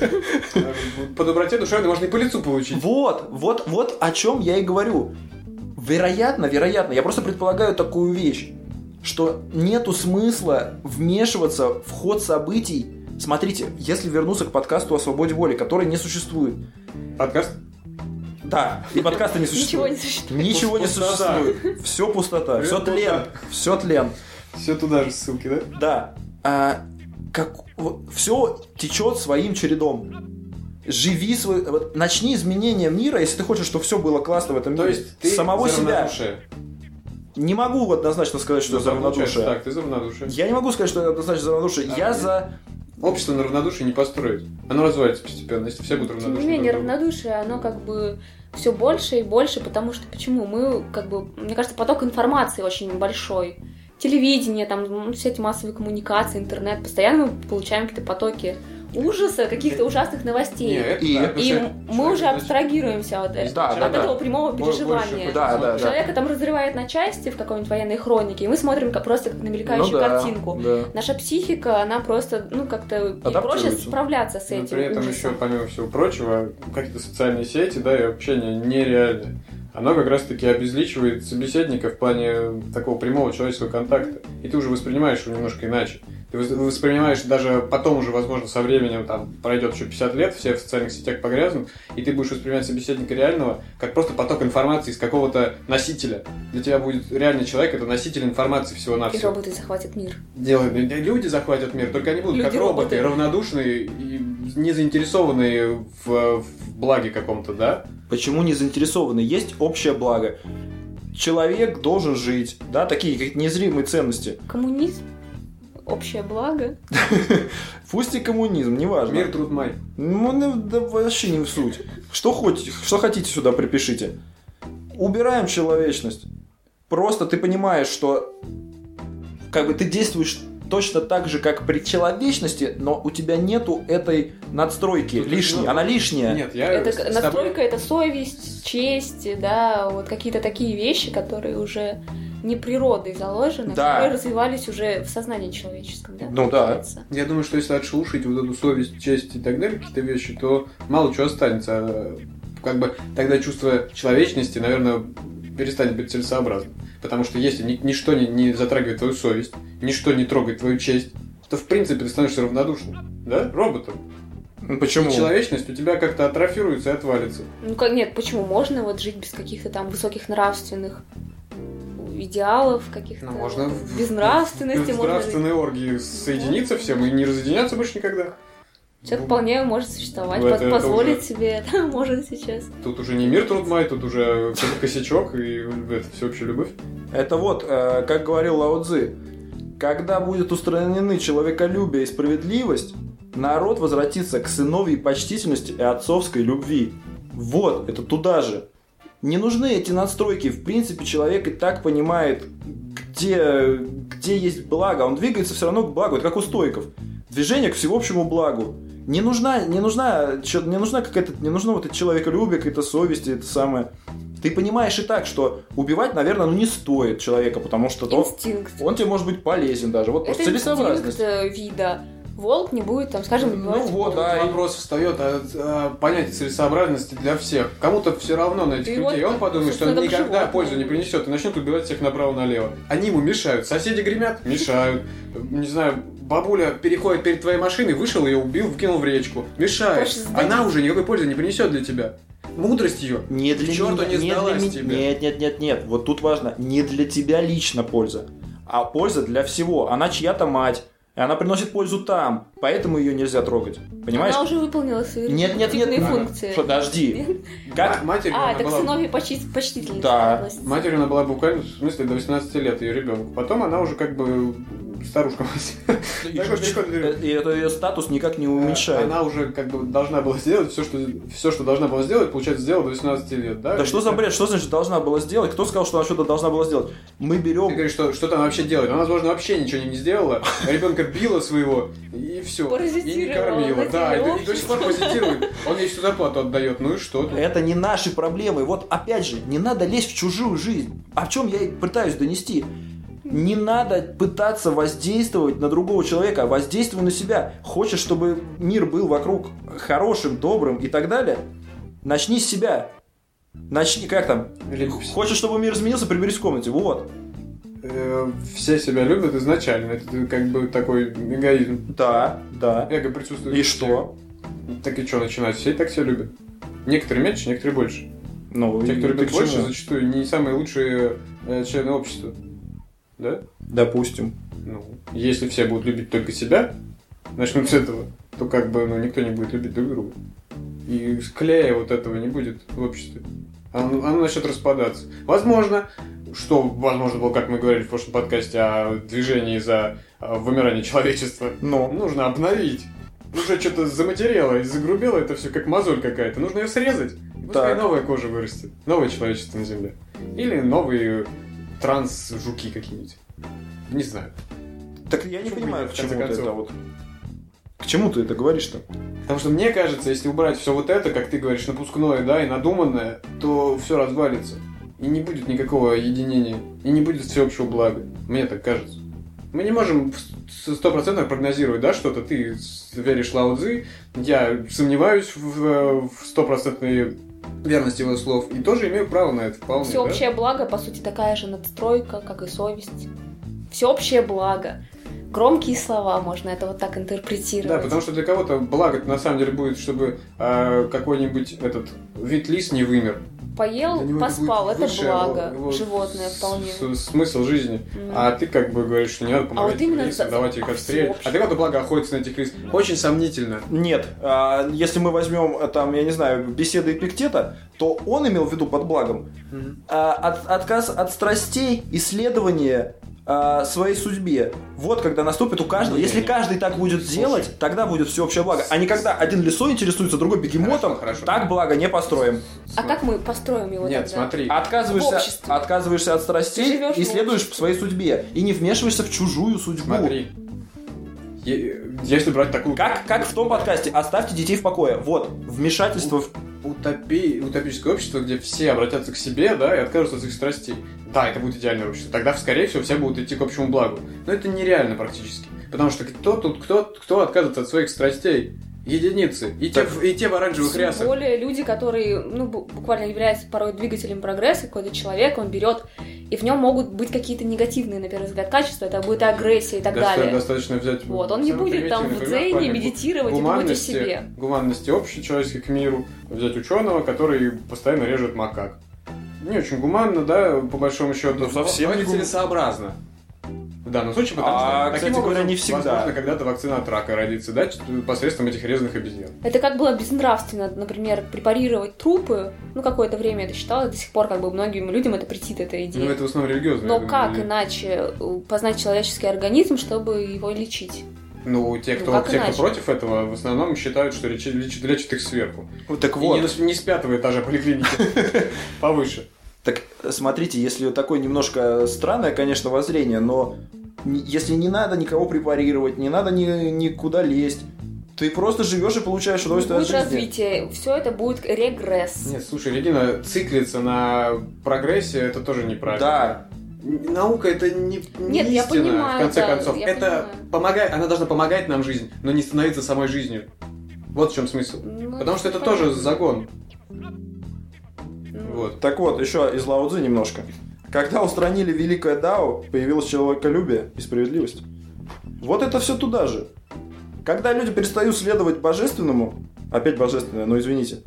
По доброте душевной можно и по лицу получить. Вот, вот, вот о чем я и говорю. Вероятно, вероятно, я просто предполагаю такую вещь, что нету смысла вмешиваться в ход событий. Смотрите, если вернуться к подкасту о свободе воли, который не существует, Подкаст? Да, и подкаста не Ничего существует. не существует. Ничего не Пустота. существует. Все пустота, все Пустота. тлен. Все тлен. Все туда же ссылки, да? Да. А, как, все течет своим чередом. Живи свой... Вот, начни изменения мира, если ты хочешь, чтобы все было классно в этом То мире. есть ты с самого за себя. равнодушие. Не могу однозначно сказать, что Ну, я за получается равнодушие. Так, ты за равнодушие. Я не могу сказать, что я однозначно за равнодушие. А, я нет. за... Общество на равнодушие не построить. Оно развалится постепенно, если все будут Тем равнодушны. не менее, друг к другу. равнодушие, оно как бы все больше и больше, потому что почему? Мы, как бы, мне кажется, поток информации очень большой. Телевидение, там, ну, все эти массовые коммуникации, интернет. Постоянно мы получаем какие-то потоки ужаса, каких-то ужасных новостей. Не, это И- да, потому И что мы человек, уже значит, абстрагируемся от, Да, от да, этого да. прямого больше переживания. Да, да, да. Человека там разрывает на части в какой-нибудь военной хронике, и мы смотрим как просто как на мелькающую Ну да, картинку. да. Наша психика, она просто, ну, как-то ей проще Адаптируется. справляться с Но этим при этом ужасом. еще, помимо всего прочего, какие-то социальные сети, да, и общение нереальное. Оно как раз-таки обезличивает собеседника в плане такого прямого человеческого контакта. И ты уже воспринимаешь его немножко иначе. Ты вос- воспринимаешь даже потом уже, возможно, со временем, там, пройдет еще пятьдесят лет, все в социальных сетях погрязнут, и ты будешь воспринимать собеседника реального как просто поток информации из какого-то носителя. Для тебя будет реальный человек, это носитель информации И всего-навсего. роботы захватят мир. Делают. Люди захватят мир, только они будут как Люди-роботы. роботы, равнодушные и не заинтересованные в, в благе каком-то, да? Почему не заинтересованы? Есть общее благо. Человек должен жить, да, такие какие-то незримые ценности. Коммунизм, общее благо. Пусть и коммунизм, неважно. Мир, труд, май. Ну, ну, да вообще не в суть. Что хотите, что хотите сюда припишите. Убираем человечность. Просто ты понимаешь, что как бы ты действуешь точно так же, как при человечности, но у тебя нету этой надстройки Ну, лишней. ну, Она лишняя. Нет, я Это с тобой- настройка, это совесть, честь, да, вот какие-то такие вещи, которые уже не природой заложены, Да. которые развивались уже в сознании человеческом, да? Ну да. получается. Я думаю, что если отшелушить вот эту совесть, честь и так далее, какие-то вещи, то мало чего останется. А, Как бы тогда чувство человечности, наверное, перестанет быть целесообразным. Потому что если ни- ничто не, не затрагивает твою совесть, ничто не трогает твою честь, то в принципе ты становишься равнодушным, да, роботом. Ну, почему? И человечность у тебя как-то атрофируется и отвалится. Ну как, нет, почему можно вот жить без каких-то там высоких нравственных идеалов, каких-то Ну, можно в- безнравственности, в можно жить. нравственной оргии соединиться всем и не разъединяться больше никогда. Человек вполне может существовать, Ну, это- по- это позволить уже- себе это может сейчас. Тут уже не мир труд май, тут уже косячок и это всеобщая любовь. Это вот, э, как говорил Лао Цзы, когда будет устранены человеколюбие и справедливость, народ возвратится к сыновьей почтительности и отцовской любви. Вот, это туда же. Не нужны эти надстройки. В принципе, человек и так понимает, где, где есть благо. Он двигается все равно к благу. Это как у стоиков. Движение к всеобщему благу. Не нужна, не нужна, чё- не нужна какая-то, не нужно вот это человеколюбие, какая-то совесть, и это самое. Ты понимаешь и так, что убивать, наверное, ну не стоит человека, потому что то, Инстинкт. он тебе может быть полезен даже. Вот просто Это целесообразность. инстинкт э, вида. Волк не будет, там, скажем, Ну убивать вот, волка. да. и- Вопрос встает о, о понятии целесообразности для всех. Кому-то все равно на этих И людей. вот, Он подумает, что он собственно, как никогда животные. пользу не принесет и начнет убивать всех направо-налево. Они ему мешают. Соседи гремят? Мешают. Не знаю, бабуля переходит перед твоей машиной, вышел ее, убил, вкинул в речку. Мешает. Паша, сзади- Она уже никакой пользы не принесет для тебя. Мудрость ее Не для к черту меня- не не для сдалась ми- тебе. Нет, нет, нет, нет. Вот тут важно, не для тебя лично польза, а польза для всего. Она чья-то мать, и она приносит пользу там, поэтому ее нельзя трогать. Понимаешь? Она уже выполнила свои Нет, нет, нет. репродуктивные Ага. функции. Подожди. Как? Ма- Матерью А, она так была... сыновья почти, почтительности Да. относятся. Матерью она была буквально, в смысле, до восемнадцати лет ее ребенку. Потом она уже как бы старушка. И Так вот, что- никто- и это ее статус никак не уменьшает. Она уже как бы должна была сделать все, что, все, что должна была сделать, получается, сделала до восемнадцати лет, да? Да что за бред? Что значит должна была сделать? Кто сказал, что она что-то должна была сделать? Мы Ты берем... говоришь, что что-то она вообще делает. Она, возможно, вообще ничего не сделала. А ребенка била своего, и все. И не Паразитировала кормила. на Да, и, теле до- и до сих пор паразитирует. Он ей всю зарплату отдает. Ну и что? тут? Это не наши проблемы. Вот опять же, не надо лезть в чужую жизнь. О чем я и пытаюсь донести. Не надо пытаться воздействовать на другого человека, а воздействуй на себя. Хочешь, чтобы мир был вокруг хорошим, добрым и так далее? Начни с себя. Начни, как там? Или Хочешь, чтобы мир изменился, приберись в комнате. Вот. э, все себя любят изначально. Это как бы такой эгоизм. Да, да. Эго присутствует. И у всех. что? Так и что начинать? Все и так все любят. Некоторые меньше, некоторые больше. Ну, Те, кто и любит ты к больше, чему? зачастую не самые лучшие э, члены общества. Да? Допустим. Ну, если все будут любить только себя, начнем с этого, то как бы ну, никто не будет любить друг друга. И клея вот этого не будет в обществе. Оно, оно начнет распадаться. Возможно, что возможно было, как мы говорили в прошлом подкасте, о движении за э, вымирание человечества. Ну, Нужно обновить. Уже что-то заматерело и загрубело это все, как мозоль какая-то. Нужно ее срезать. И пускай Так. новая кожа вырастет. Новое человечество на Земле. Или новые транс-жуки какие-нибудь. Не знаю. так я не Почему понимаю, нет, к в чему конце ты концов? это вот... К чему ты это говоришь-то? Потому что мне кажется, если убрать все вот это, как ты говоришь, напускное, да, и надуманное, то все развалится. И не будет никакого единения. И не будет всеобщего блага. Мне так кажется. Мы не можем сто процентов прогнозировать, да, что-то. Ты веришь Лао Цзи, я сомневаюсь в стопроцентной верности его слов. И тоже имею право на это вполне, Всеобщее благо, по сути, такая же надстройка, как и совесть. Всеобщее благо. Громкие слова, можно это вот так да? интерпретировать. Да, потому что для кого-то благо на самом деле будет, чтобы э, какой-нибудь этот вид лис не вымер. Поел, Для него поспал, будет это высшее благо. его Животное вполне. с- смысл жизни. Мгм. А ты как бы говоришь, что не надо помогать вот именно лисам, за- давать их а отстрелять. всеобщее. А для кого-то благо охотиться на этих лис. Очень сомнительно. Нет, а, если мы возьмем, а, там, я не знаю, беседы Эпиктета, то он имел в виду под благом а, от- отказ от страстей, исследование а, своей судьбе. Вот когда наступит у каждого. Не, Если не. каждый так будет Слушай. делать, тогда будет всеобщее благо. А не когда один лисой интересуется, другой бегемотом, Хорошо, хорошо. так благо не построим. А как мы построим его Нет, тогда? смотри. В Отказываешься, обществе. отказываешься от страстей Ты живешь и в следуешь обществе. своей судьбе. И не вмешиваешься в чужую судьбу. Смотри. Е- Если брать такую... Как, как в том подкасте «Оставьте детей в покое». Вот, вмешательство в... Утопи... утопическое общество, где все обратятся к себе, да, и откажутся от своих страстей. Да, это будет идеальное общество. Тогда, скорее всего, все будут идти к общему благу. Но это нереально практически. Потому что кто тут, кто, кто отказывается от своих страстей? Единицы. И те, в- и те в оранжевых Тем рясах. более люди, которые ну, бу- буквально являются порой двигателем прогресса, какой-то человек, он берет, и в нем могут быть какие-то негативные, на первый взгляд, качества, это будет агрессия и так Доста- далее. Достаточно взять... Вот, он не самый будет там в примитивный пример дзене плане медитировать и думать о гуманности, себе. гуманности общечеловеческой к миру. Взять ученого, который постоянно режет макак. Не очень гуманно, да, по большому счету. Ну, совсем но не это гум- целесообразно. В данном случае, потому А, что, кстати таким говоря, образом, не всегда. возможно, когда-то вакцина от рака родится, да, ч- посредством этих резаных обезьян. Это как было безнравственно, например, препарировать трупы, ну, какое-то время это считалось, до сих пор как бы многим людям это претит, эта идея. Ну, это в основном религиозно. Но я думаю, как или- иначе э, познать человеческий организм, чтобы его лечить? Ну, те, Ну, кто, как те, кто иначе? против этого, в основном считают, что лечит, лечит, лечит их сверху. Вот так И вот. не, с- не с пятого этажа поликлиники, повыше. Так, смотрите, если такое немножко странное, конечно, воззрение, но не- если не надо никого препарировать, не надо ни, никуда лезть, ты просто живешь и получаешь удовольствие Будет от жизни. развитие, все это будет регресс. Нет, слушай, Регина, циклиться на прогрессе, это тоже неправильно. Да, Н- Наука это не, не Нет, я истина, понимаю, в конце да, концов. я Это понимаю. помогает, она должна помогать нам жизнь, но не становиться самой жизнью. Вот в чем смысл. Ну, Потому что это понятно. тоже загон. Ну, Вот. так вот, еще из Лао Цзи немножко. Когда устранили великое Дао, появилось человеколюбие и справедливость. Вот это все туда же. Когда люди перестают следовать божественному, опять божественное, но извините,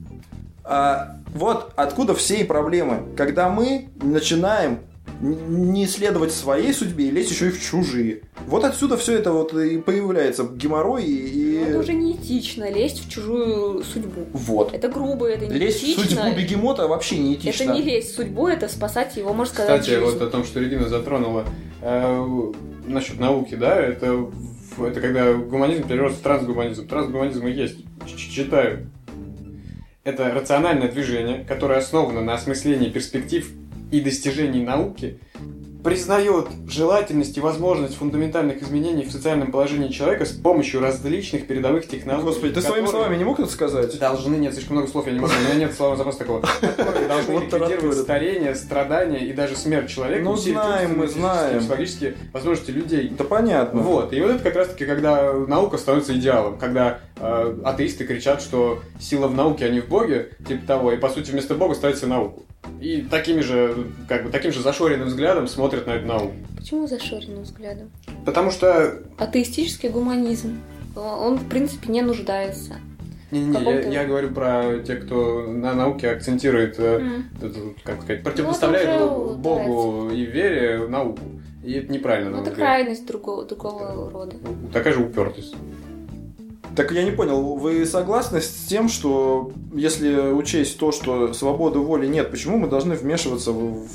а, вот откуда все и проблемы. Когда мы начинаем н- не следовать своей судьбе и лезть еще и в чужие. Вот отсюда все это вот и появляется геморрой и... ну, это уже неэтично лезть в чужую судьбу. Вот. Это грубо, это Лезть в неэтично. судьбу бегемота вообще не этично. Это не лезть в судьбу, это спасать его, можно сказать, Кстати, жизнь. вот о том, что Регина затронула э, насчет науки, да, это, в- это когда гуманизм перерос в трансгуманизм. Трансгуманизм и есть. Ч- Читаю. Это рациональное движение, которое основано на осмыслении перспектив и достижений науки, признает желательность и возможность фундаментальных изменений в социальном положении человека с помощью различных передовых технологий. Господи, ты своими которые словами не мог это сказать? Должны, нет, слишком много слов, я не могу, у меня нет слова запаса такого. Которые должны Вот ликвидировать тараторит. старение, страдания и даже смерть человека. Ну, усилить знаем мы, умственные, знаем. физические, психологические возможности людей. Да понятно. Вот, и вот это как раз-таки, когда наука становится идеалом, когда э, атеисты кричат, что сила в науке, а не в Боге, типа того, и по сути вместо Бога ставится науку. И такими же, как бы, таким же зашоренным взглядом смотрят на эту науку. Почему зашоренным взглядом? Потому что, Атеистический гуманизм. Он, в принципе, не нуждается. Не-не-не, я, я говорю про тех, кто на науке акцентирует, mm. это, как сказать, противопоставляет ну, Богу нравится. И вере науку. И это неправильно. Ну, это взгляд. Крайность другого, другого рода. Такая же упертость. Так я не понял, вы согласны с тем, что если учесть то, что свободы воли нет, почему мы должны вмешиваться в,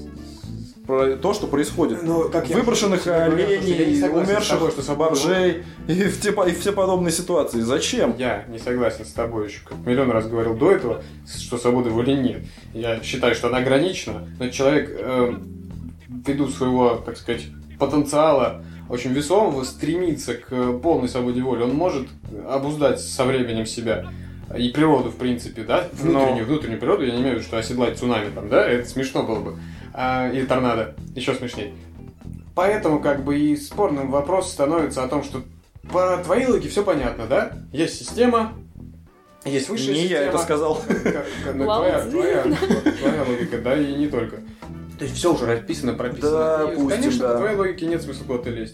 в то, что происходит? Ну, как выброшенных я, оленей, я умерших тобой, что бомжей и, в те, и все подобные ситуации. Зачем? Я не согласен с тобой еще, как миллион раз говорил до этого, что свободы воли нет. Я считаю, что она ограничена, но человек э, ввиду своего, так сказать, потенциала очень весомого стремится к полной свободе воли. Он может обуздать со временем себя и природу, в принципе, да, внутреннюю, но... внутреннюю природу, я не имею в виду, что оседлать цунами там, да, это смешно было бы, а, или торнадо, еще смешнее. Поэтому, как бы, и спорным вопрос становится о том, что по твоей логике все понятно, да? Есть система, есть высшая не система. Не я это сказал. Твоя логика, да, и не только. То есть все уже расписано, прописано. Да, и, пустим, конечно, да. по твоей логике нет смысла куда-то лезть.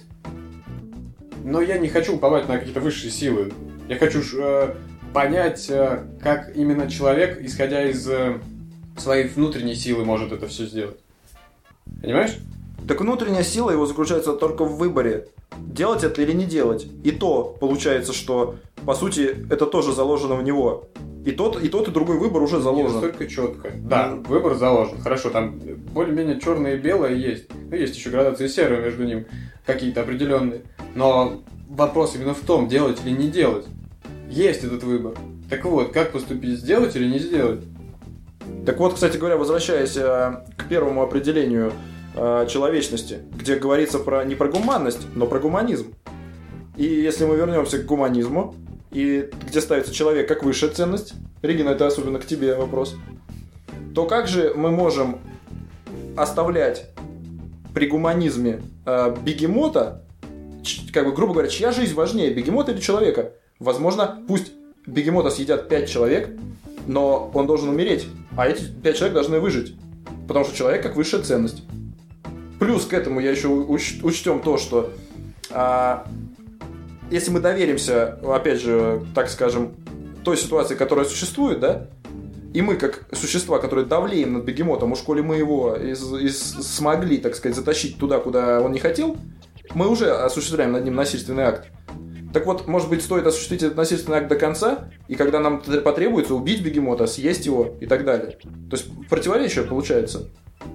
Но я не хочу уповать на какие-то высшие силы. Я хочу э, понять, э, как именно человек, исходя из э, своей внутренней силы, может это все сделать. Понимаешь? Так внутренняя сила его заключается только в выборе, делать это или не делать. И то получается, что, по сути, это тоже заложено в него. И тот, и тот, и другой выбор уже заложен. Не настолько четко. Да, mm. выбор заложен. Хорошо, там более-менее черное и белое есть. Ну, есть еще градации серого между ним, какие-то определенные. Но вопрос именно в том, делать или не делать. Есть этот выбор. Так вот, как поступить, сделать или не сделать? Так вот, кстати говоря, возвращаясь э, к первому определению э, человечности, где говорится про, не про гуманность, но про гуманизм. И если мы вернемся к гуманизму, и где ставится человек как высшая ценность, Регина, это особенно к тебе вопрос, то как же мы можем оставлять при гуманизме э, бегемота, ч, как бы, грубо говоря, чья жизнь важнее, бегемота или человека? Возможно, пусть бегемота съедят пять человек, но он должен умереть, а эти пять человек должны выжить, потому что человек как высшая ценность. Плюс к этому я еще уч, учтем то, что а, если мы доверимся, опять же, так скажем, той ситуации, которая существует, да, и мы, как существа, которые давлеем над бегемотом, уж коли мы его из, из, смогли, так сказать, затащить туда, куда он не хотел, мы уже осуществляем над ним насильственный акт. Так вот, может быть, стоит осуществить этот насильственный акт до конца, и когда нам потребуется убить бегемота, съесть его и так далее. То есть противоречие получается.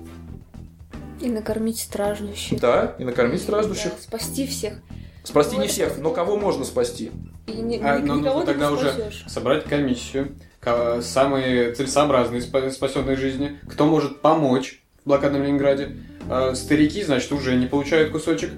И накормить страждущих. Да, и накормить страждущих. Да, спасти всех. Спасти не всех, но кого можно спасти? И не, а, ни, но нужно тогда уже собрать комиссию, самые целесообразные спасенные жизни, кто может помочь в блокадном Ленинграде. Старики, значит, уже не получают кусочек.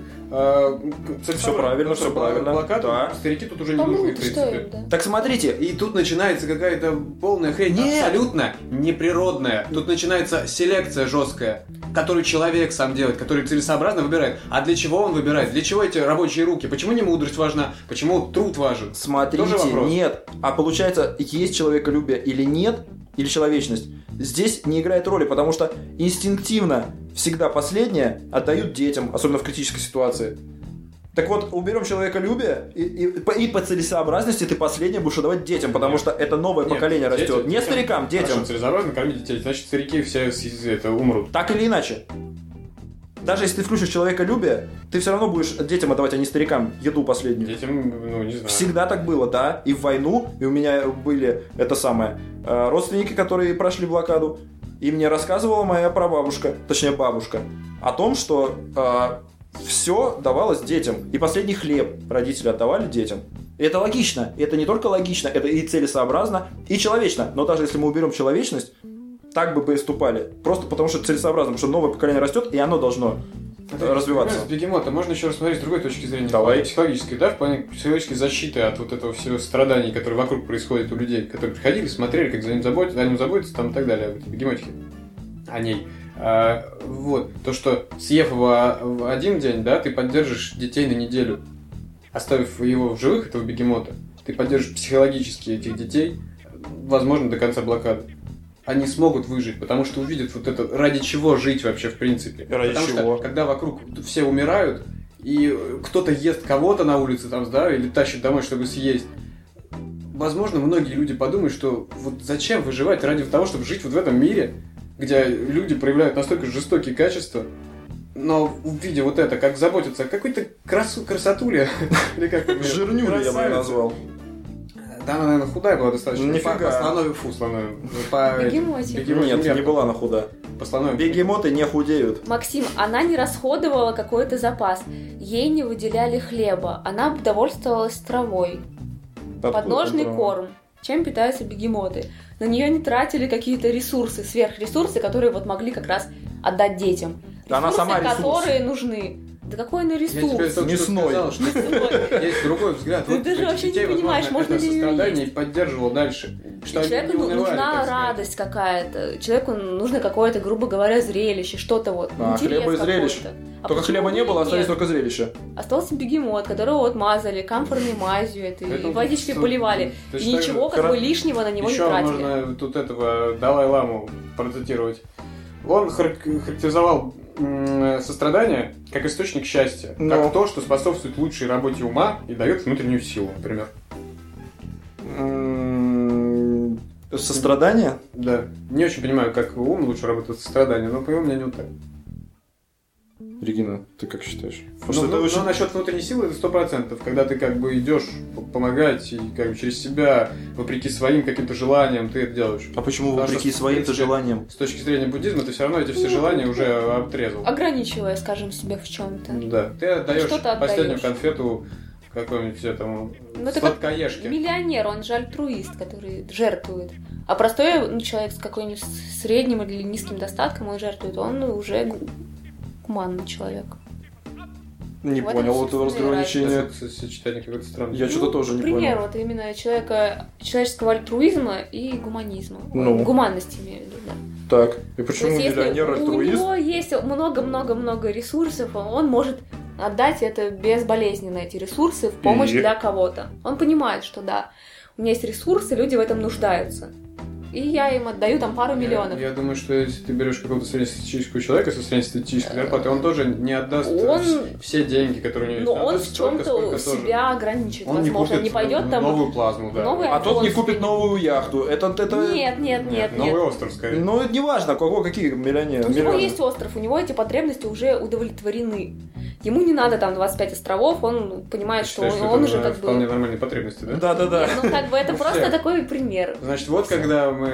Все правильно, все правильно. Блокаду, да. Старики тут уже не нужны, в принципе. Им, да. Так смотрите. И тут начинается какая-то полная хрень. Нет. Абсолютно неприродная. Тут начинается селекция жесткая, которую человек сам делает, который целесообразно выбирает. А для чего он выбирает? Для чего эти рабочие руки? Почему не мудрость важна? Почему труд важен? Смотрите, нет. А получается, есть человеколюбие или нет, или человечность, здесь не играет роли, потому что инстинктивно всегда последнее отдают детям, особенно в критической ситуации. Так вот, уберем человеколюбие, и, и, и по целесообразности ты последнее будешь отдавать детям, потому нет. что это новое нет, поколение дети, растет. Не детям, старикам, детям. Хорошо, целесообразно кормить детей, значит, старики все это, умрут. Так или иначе. Даже если ты включишь человеколюбие, ты все равно будешь детям отдавать, а не старикам, еду последнюю. Детям, ну, не знаю. Всегда так было, да. И в войну, и у меня были, это самое, родственники, которые прошли блокаду, и мне рассказывала моя прабабушка, точнее бабушка, о том, что э, все давалось детям. И последний хлеб родители отдавали детям. И это логично. И это не только логично, это и целесообразно, и человечно. Но даже если мы уберем человечность, так бы поступали. Просто потому что целесообразно, потому что новое поколение растет, и оно должно это, развиваться. С бегемота можно еще рассмотреть с другой точки зрения. Давай. Психологической, да, в плане психологической защиты от вот этого всего страданий, которые вокруг происходят у людей, которые приходили, смотрели, как за ним заботятся, о нем заботятся, там и так далее, об этой бегемотике, о ней. А, вот, то, что съев его в один день, да, ты поддержишь детей на неделю, оставив его в живых, этого бегемота, ты поддержишь психологически этих детей, возможно, до конца блокады. Они смогут выжить, потому что увидят вот это, ради чего жить вообще в принципе. Ради потому чего? Что, когда вокруг все умирают, и кто-то ест кого-то на улице, там, да, или тащит домой, чтобы съесть, возможно, многие люди подумают, что вот зачем выживать ради того, чтобы жить вот в этом мире, где люди проявляют настолько жестокие качества, но увидя вот это, как заботиться о какой-то красу, красотуле, или как жирнюле я бы назвал. Да, она, наверное, худая была достаточно. Нифига. По, по слоновой, фу, слоновой. По Бегемоте. Нет, не была она худа. По слоновой. Бегемоты не худеют. Максим, она не расходовала какой-то запас. Ей не выделяли хлеба. Она довольствовалась травой. Откуда Подножный там корм. Чем питаются бегемоты? На нее не тратили какие-то ресурсы, сверхресурсы, которые вот могли как раз отдать детям. Ресурсы, Да она сама ресурс. которые нужны. Да какой она Я тебе ресурс? только что Мясной. сказал, что есть другой взгляд. Ты Вот даже этих вообще не детей, понимаешь, возможно, можно ли это её сострадание есть. поддерживало дальше. Что они Человеку не ну- унывали, нужна так сказать. радость какая-то. Человеку нужно какое-то, грубо говоря, зрелище, что-то вот. А, интерес хлеба и зрелищ. какой-то. А Только почему хлеба не бы было, и остались нет? только зрелища. Остался бегемот, которого вот мазали камфорной мазью этой, и Поэтому водичкой тут- поливали. точно И так ничего же как бы хра- лишнего на него Еще не тратили. можно тут этого Далай-ламу процитировать. Он харак- характеризовал м, сострадание как источник счастья, Но. как то, что способствует лучшей работе ума и дает внутреннюю силу, например. М, Сострадание? Да. Не очень понимаю, как ум лучше работает с состраданием, но по его мнению так. Регина, ты как считаешь? Потому Ну, что это ну, очень- но насчет внутренней силы это сто процентов. Когда ты как бы идешь п- помогать и как бы через себя, вопреки своим каким-то желаниям, ты это делаешь. А почему Потому вопреки что, в своим-то принципе, желаниям? С точки зрения буддизма, ты все равно эти все Ну, желания ну, уже обрезал. Ограничивая, скажем, себя в чем-то. Да. Ты отдаешь Что-то последнюю отдаешь. конфету какому-нибудь этому Ну, это как сладкоежке. миллионер, он же альтруист, который жертвует. А простой ну, человек с какой-нибудь средним или низким достатком, он жертвует, он уже гу- гуманный человек. Не В этом, понял, вот это собственно, и разграничение. Это сочетание какое-то странное. Я что-то тоже не К примеру, понял. вот именно человека, человеческого альтруизма и гуманизма. Ну. Гуманности имею в виду, да. Так, и То почему есть, если миллионер у альтруист? него есть много-много-много ресурсов, он может отдать это безболезненно, эти ресурсы, в помощь И? для кого-то. Он понимает, что да, у меня есть ресурсы, люди в этом нуждаются. И я им отдаю там пару миллионов. Я, я думаю, что если ты берешь какого-то среднестатистического человека со среднестатистической зарплатой, он тоже не отдаст Он- вс- все деньги, которые у него есть. Но Он он отдаст в столько, чем-то сколько тоже. себя ограничит, Он не возможно, купит не пойдет там. новую плазму, да. новый А тот не iPhone купит себе. новую яхту. Это, это... Нет, нет, нет, новый нет. остров, скорее. Ну, это не важно, какого, какие миллионеры. У него миллионы. есть остров, у него эти потребности уже удовлетворены. Ему не надо там двадцать пять островов, он понимает, Ты что считаешь, он, что он это уже как вполне бы... нормальные потребности, да? Да-да-да. Ну, как бы это У просто всех. такой пример. Значит, вот когда мы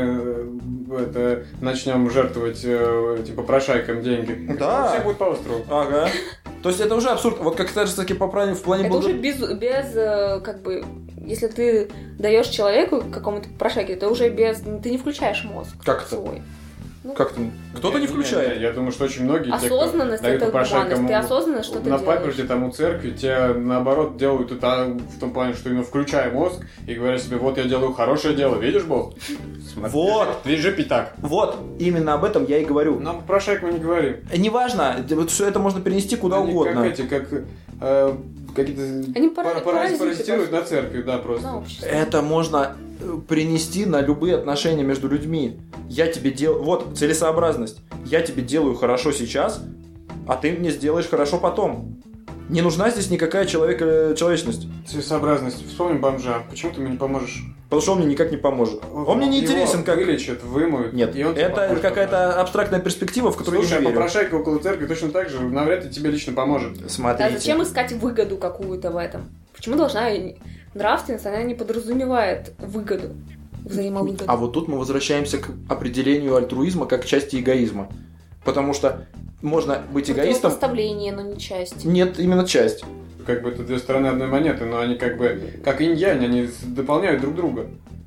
э, это, начнем жертвовать э, типа попрошайкам деньги, Да. у всех будет по острову. Ага. То есть это уже абсурд. Вот как даже таки поправить в плане Это благо- уже без, без, э, как бы, если ты даешь человеку какому-то прошаге, это уже без, ты не включаешь мозг Как это? свой. Ну, Как ты? Кто-то не включает. Не, не, я думаю, что очень многие те, кто осознанность дают это попрошайкам гуманность. Ты осознанно что-то на делаешь. паперте там у церкви, те наоборот делают это в том плане, что именно включая мозг и говоря себе, вот я делаю хорошее дело, видишь, Бог? Смотри, Вот. Ты же пятак. Вот, именно об этом я и говорю. Но попрошайк мы не говорим. Неважно, вот все это можно перенести куда Они угодно. Как эти, как э, какие-то Они пара- пара- паразиты паразитируют на церкви, да, просто. На общество. Это можно э, принести на любые отношения между людьми. Я тебе делаю... Вот, целесообразность. Я тебе делаю хорошо сейчас, а ты мне сделаешь хорошо потом. Не нужна здесь никакая человека... человечность. Целесообразность. Вспомни бомжа. Почему ты мне не поможешь? Потому что он мне никак не поможет. Он мне не Его интересен как... вылечат, вымоют. Нет, и он тебе это поможет какая-то абстрактная перспектива, в которую Слушай, я а не верю. попрошайка около церкви точно так же навряд ли тебе лично поможет. Смотрите. Да, зачем искать выгоду какую-то в этом? Почему должна нравственность, она не подразумевает выгоду, взаимовыгоду? А вот тут мы возвращаемся к определению альтруизма как части эгоизма. Потому что можно быть эгоистом... Противопоставление, но не часть. Нет, именно часть. Как бы это две стороны одной монеты, но они как бы, как инь-янь, они дополняют друг друга.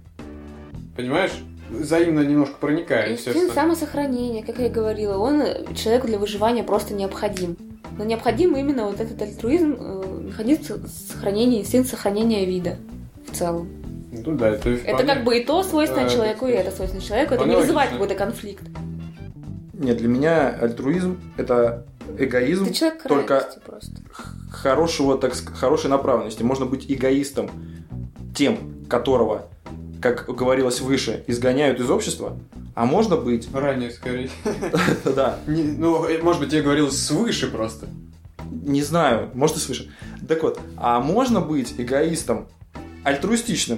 Понимаешь? Взаимно немножко проникает, Инстинкт естественно. самосохранения, как я и говорила, он человеку для выживания просто необходим. Но необходим именно вот этот альтруизм, э, механизм сохранения, инстинкт сохранения вида в целом. Ну да, это Это вполне- как бы и то свойственно Да, человеку, и это это свойственно человеку. Это вполне не вызывает логично. какой-то конфликт. Нет, для меня альтруизм — это эгоизм Ты человек только крайности просто. хорошего, так сказать, хорошей направленности. Можно быть эгоистом тем, которого, как говорилось выше, изгоняют из общества, а можно быть... Ранее, скорее. Да, Не- ну, э, может быть, я говорил свыше просто. не знаю, может и свыше. Так вот, а можно быть эгоистом альтруистичным,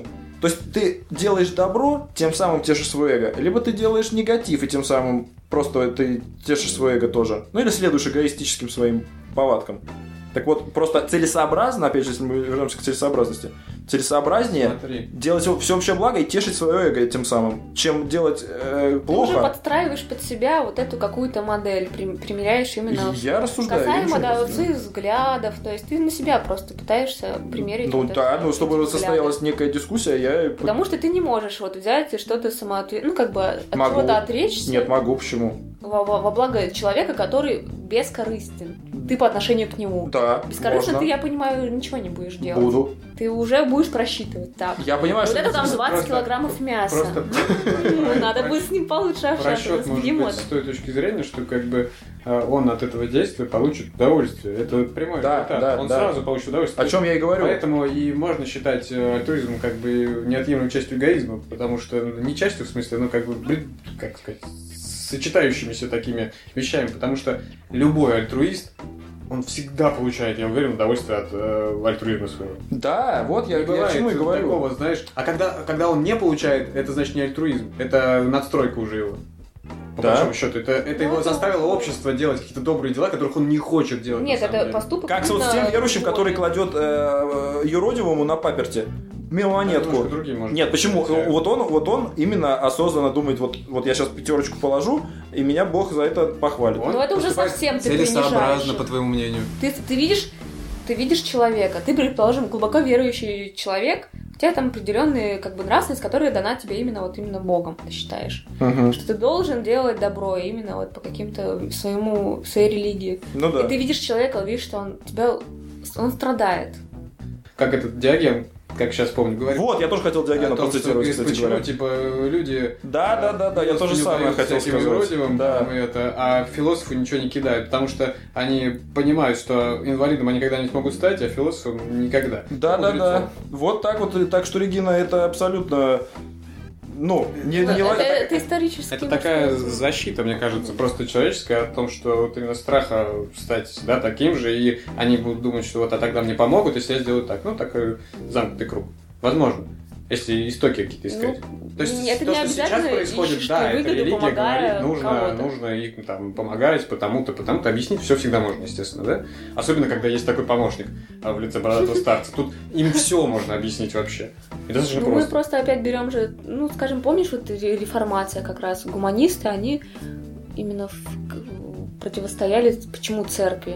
То есть ты делаешь добро, тем самым тешишь свое эго, либо ты делаешь негатив, и тем самым просто ты тешишь свое эго тоже. Ну или следуешь эгоистическим своим повадкам. Так вот, просто целесообразно, опять же, если мы вернемся к целесообразности, целесообразнее Смотри. делать всеобщее благо и тешить свое эго тем самым, чем делать э, плохо. Ты уже подстраиваешь под себя вот эту какую-то модель, при- примеряешь именно Я рассуждаю. касаемо я да, ничего вот своих взглядов, то есть ты на себя просто пытаешься примерить. Ну вот да, это, ну чтобы эти взгляды. состоялась некая дискуссия, я... Потому что ты не можешь вот взять и что-то самоответ... ну как бы от Могу. чего-то отречься. Нет, могу, почему? Во, во- во благо человека, который бескорыстен. Ты по отношению к нему. Да, Бескорыстно можно. ты, я понимаю, ничего не будешь делать. Буду. Ты уже будешь просчитывать так. Я понимаю, Вот что... это там двадцать просто- килограммов мяса. Просто Ну, надо будет с ним получше общаться. расчет с может быть бегемотом. с той точки зрения, что как бы э, он от этого действия получит удовольствие. Это прямой Да, результат. да, Он да. сразу получит удовольствие. О чем я и говорю. Поэтому и можно считать э, альтруизм как бы неотъемлемой частью эгоизма, потому что ну, не частью в смысле, ну как бы бред- как сказать, сочетающимися такими вещами, потому что любой альтруист он всегда получает, я уверен, удовольствие от э, альтруизма своего. Да, вот я, Не я к бывает чему и говорю. такого, знаешь. А когда, когда он не получает, это значит не альтруизм, это надстройка уже его. По Да? большому счету, это, это Ну, его это- заставило общество делать какие-то добрые дела, которых он не хочет делать. Нет, на самом это деле. поступок. Как вот с именно тем верующим, который воли. кладет э, юродивому на паперте монетку. Немножко другие, может Нет, быть, почему? хотя- Вот он, вот он именно осознанно думает, вот, вот я сейчас пятерочку положу, и меня Бог за это похвалит. Он Ну, это уже поступает совсем ты целесообразно, принижаешь. по твоему мнению. Ты, ты видишь, ты видишь человека, ты, предположим, глубоко верующий человек, у тебя там определенные как бы нравственность, которая дана тебе именно вот именно Богом, ты считаешь, Мгм. что ты должен делать добро именно вот по каким-то своему своей религии. Ну да. И ты видишь человека, видишь, что он тебя он страдает. Как этот Диоген, как сейчас помню, говорит. Вот, я тоже хотел Диогена о том, что, процитировать, говорит, кстати почему, говоря. типа, люди... Да, да, да, да, я тоже не самое дают хотел всяким сказать. юродивым, Да. там, и это, а философу ничего не кидают, потому что они понимают, что инвалидом они никогда не смогут стать, а философом никогда. Да, да, да. Мудрецом. Вот так вот, и так что, Регина, это абсолютно, ну, не, Ну, не это, ла- это исторически. Это такая защита, мне кажется, просто человеческая, о том, что вот именно страха стать, да, таким же, и они будут думать, что вот, а тогда мне помогут, если я сделаю так. Ну, такой замкнутый круг. Возможно. Если истоки какие-то искать. Ну, То есть это то, не что сейчас обязательно происходит, ищешь да, ты это выгоду, религия помогая говорит, нужно, кому-то. нужно им там помогать, потому-то, потому-то. Объяснить все всегда можно, естественно, да? Особенно, когда есть такой помощник а, в лице бородатого старца. Тут им все можно объяснить вообще. И достаточно Ну, мы просто. просто опять берем же, ну, скажем, помнишь, вот ре- реформация как раз, гуманисты, они именно в- к- противостояли, почему церкви?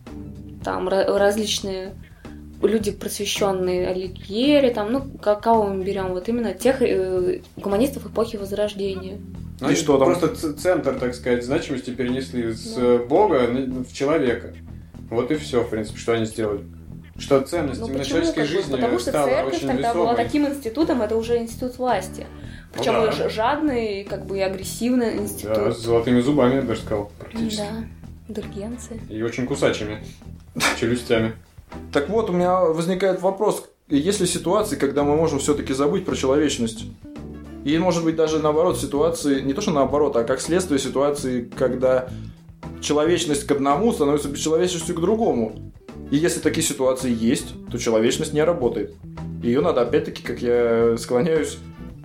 Там ra- различные люди просвещенные, Алигьери, там, ну, к- кого мы берем? Вот именно тех э, гуманистов эпохи Возрождения. Ну, И они что там? просто ц- центр, так сказать, значимости перенесли с Да. э, Бога на- в человека. Вот и все, в принципе, что они сделали. Что ценность Ну, именно почему? человеческой Как бы, жизни потому что стала церковь очень тогда была весомой. таким институтом, это уже институт власти. Причем Ну да. ж- жадный, как бы и агрессивный институт. Да, с золотыми зубами, я бы даже сказал, практически. Да, индульгенции. И очень кусачими челюстями. Так вот, у меня возникает вопрос, есть ли ситуации, когда мы можем все-таки забыть про человечность? И, может быть, даже наоборот, ситуации, не то что наоборот, а как следствие ситуации, когда человечность к одному становится бесчеловечностью к другому. И если такие ситуации есть, то человечность не работает. Ее надо, опять-таки, как я склоняюсь...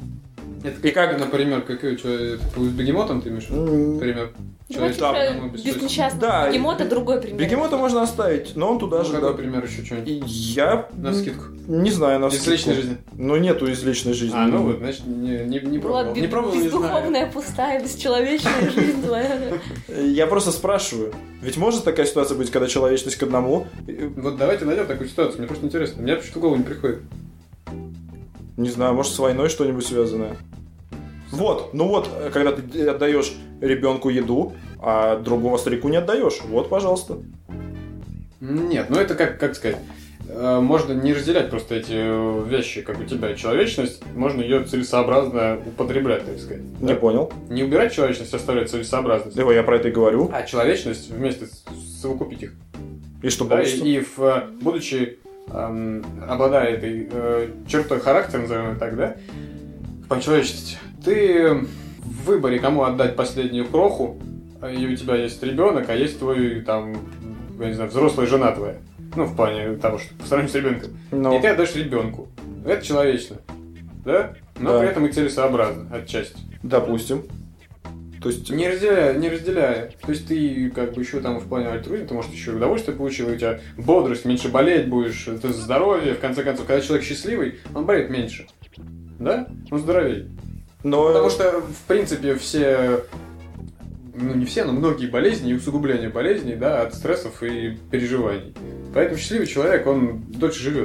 Это И как... например, какой человек, с бегемотом ты имеешь? в виду? м, Пример. Давайте да, про ну, без без несчастного Да, бегемота другой пример. Бегемота можно оставить, но он туда Ну, же... какой да. пример еще что-нибудь? И я... На скидку. Не знаю, на Из скидку. личной жизни. Ну, нету из личной жизни. А, ну вот, значит, не, не, не Была пробовал. бе- Не пробовал, не знаю. бездуховная, пустая, бесчеловечная жизнь твоя. Я просто спрашиваю. Ведь может такая ситуация быть, когда человечность к одному? Вот давайте найдем такую ситуацию, мне просто интересно. Мне почему-то в голову не приходит. Не знаю, может, с войной что-нибудь связанное. Вот, ну вот, когда ты отдаешь ребенку еду, а другого старику не отдаешь. Вот, пожалуйста. Нет, ну это как, как сказать, э, можно не разделять просто эти э, вещи, как у тебя человечность, можно ее целесообразно употреблять, так сказать. Не Да? понял. Не убирать человечность, а оставлять целесообразность. Давай я про это и говорю. А человечность вместе с- совокупить их. И что Да, и, получится? и в, э, будучи, эм, обладая этой э, чертой характера, назовем ее так, да, по человечности, ты в выборе, кому отдать последнюю кроху, и у тебя есть ребенок, а есть твой, там, я не знаю, взрослая жена твоя. Ну, в плане того, что по сравнению с ребенком. Ну, И ты отдаешь ребенку. Это человечно. да? Но Да. при этом и целесообразно, отчасти. Допустим. То есть... Не разделяя, не разделяя. То есть ты как бы еще там в плане альтруизма, ты, может, еще удовольствие получил, у тебя бодрость, меньше болеть будешь, это здоровье. В конце концов, когда человек счастливый, он болеет меньше. Да? Он здоровее. Но... Потому что, в принципе, все, ну не все, но многие болезни и усугубления болезней, да, от стрессов и переживаний. Поэтому счастливый человек, он дольше живет.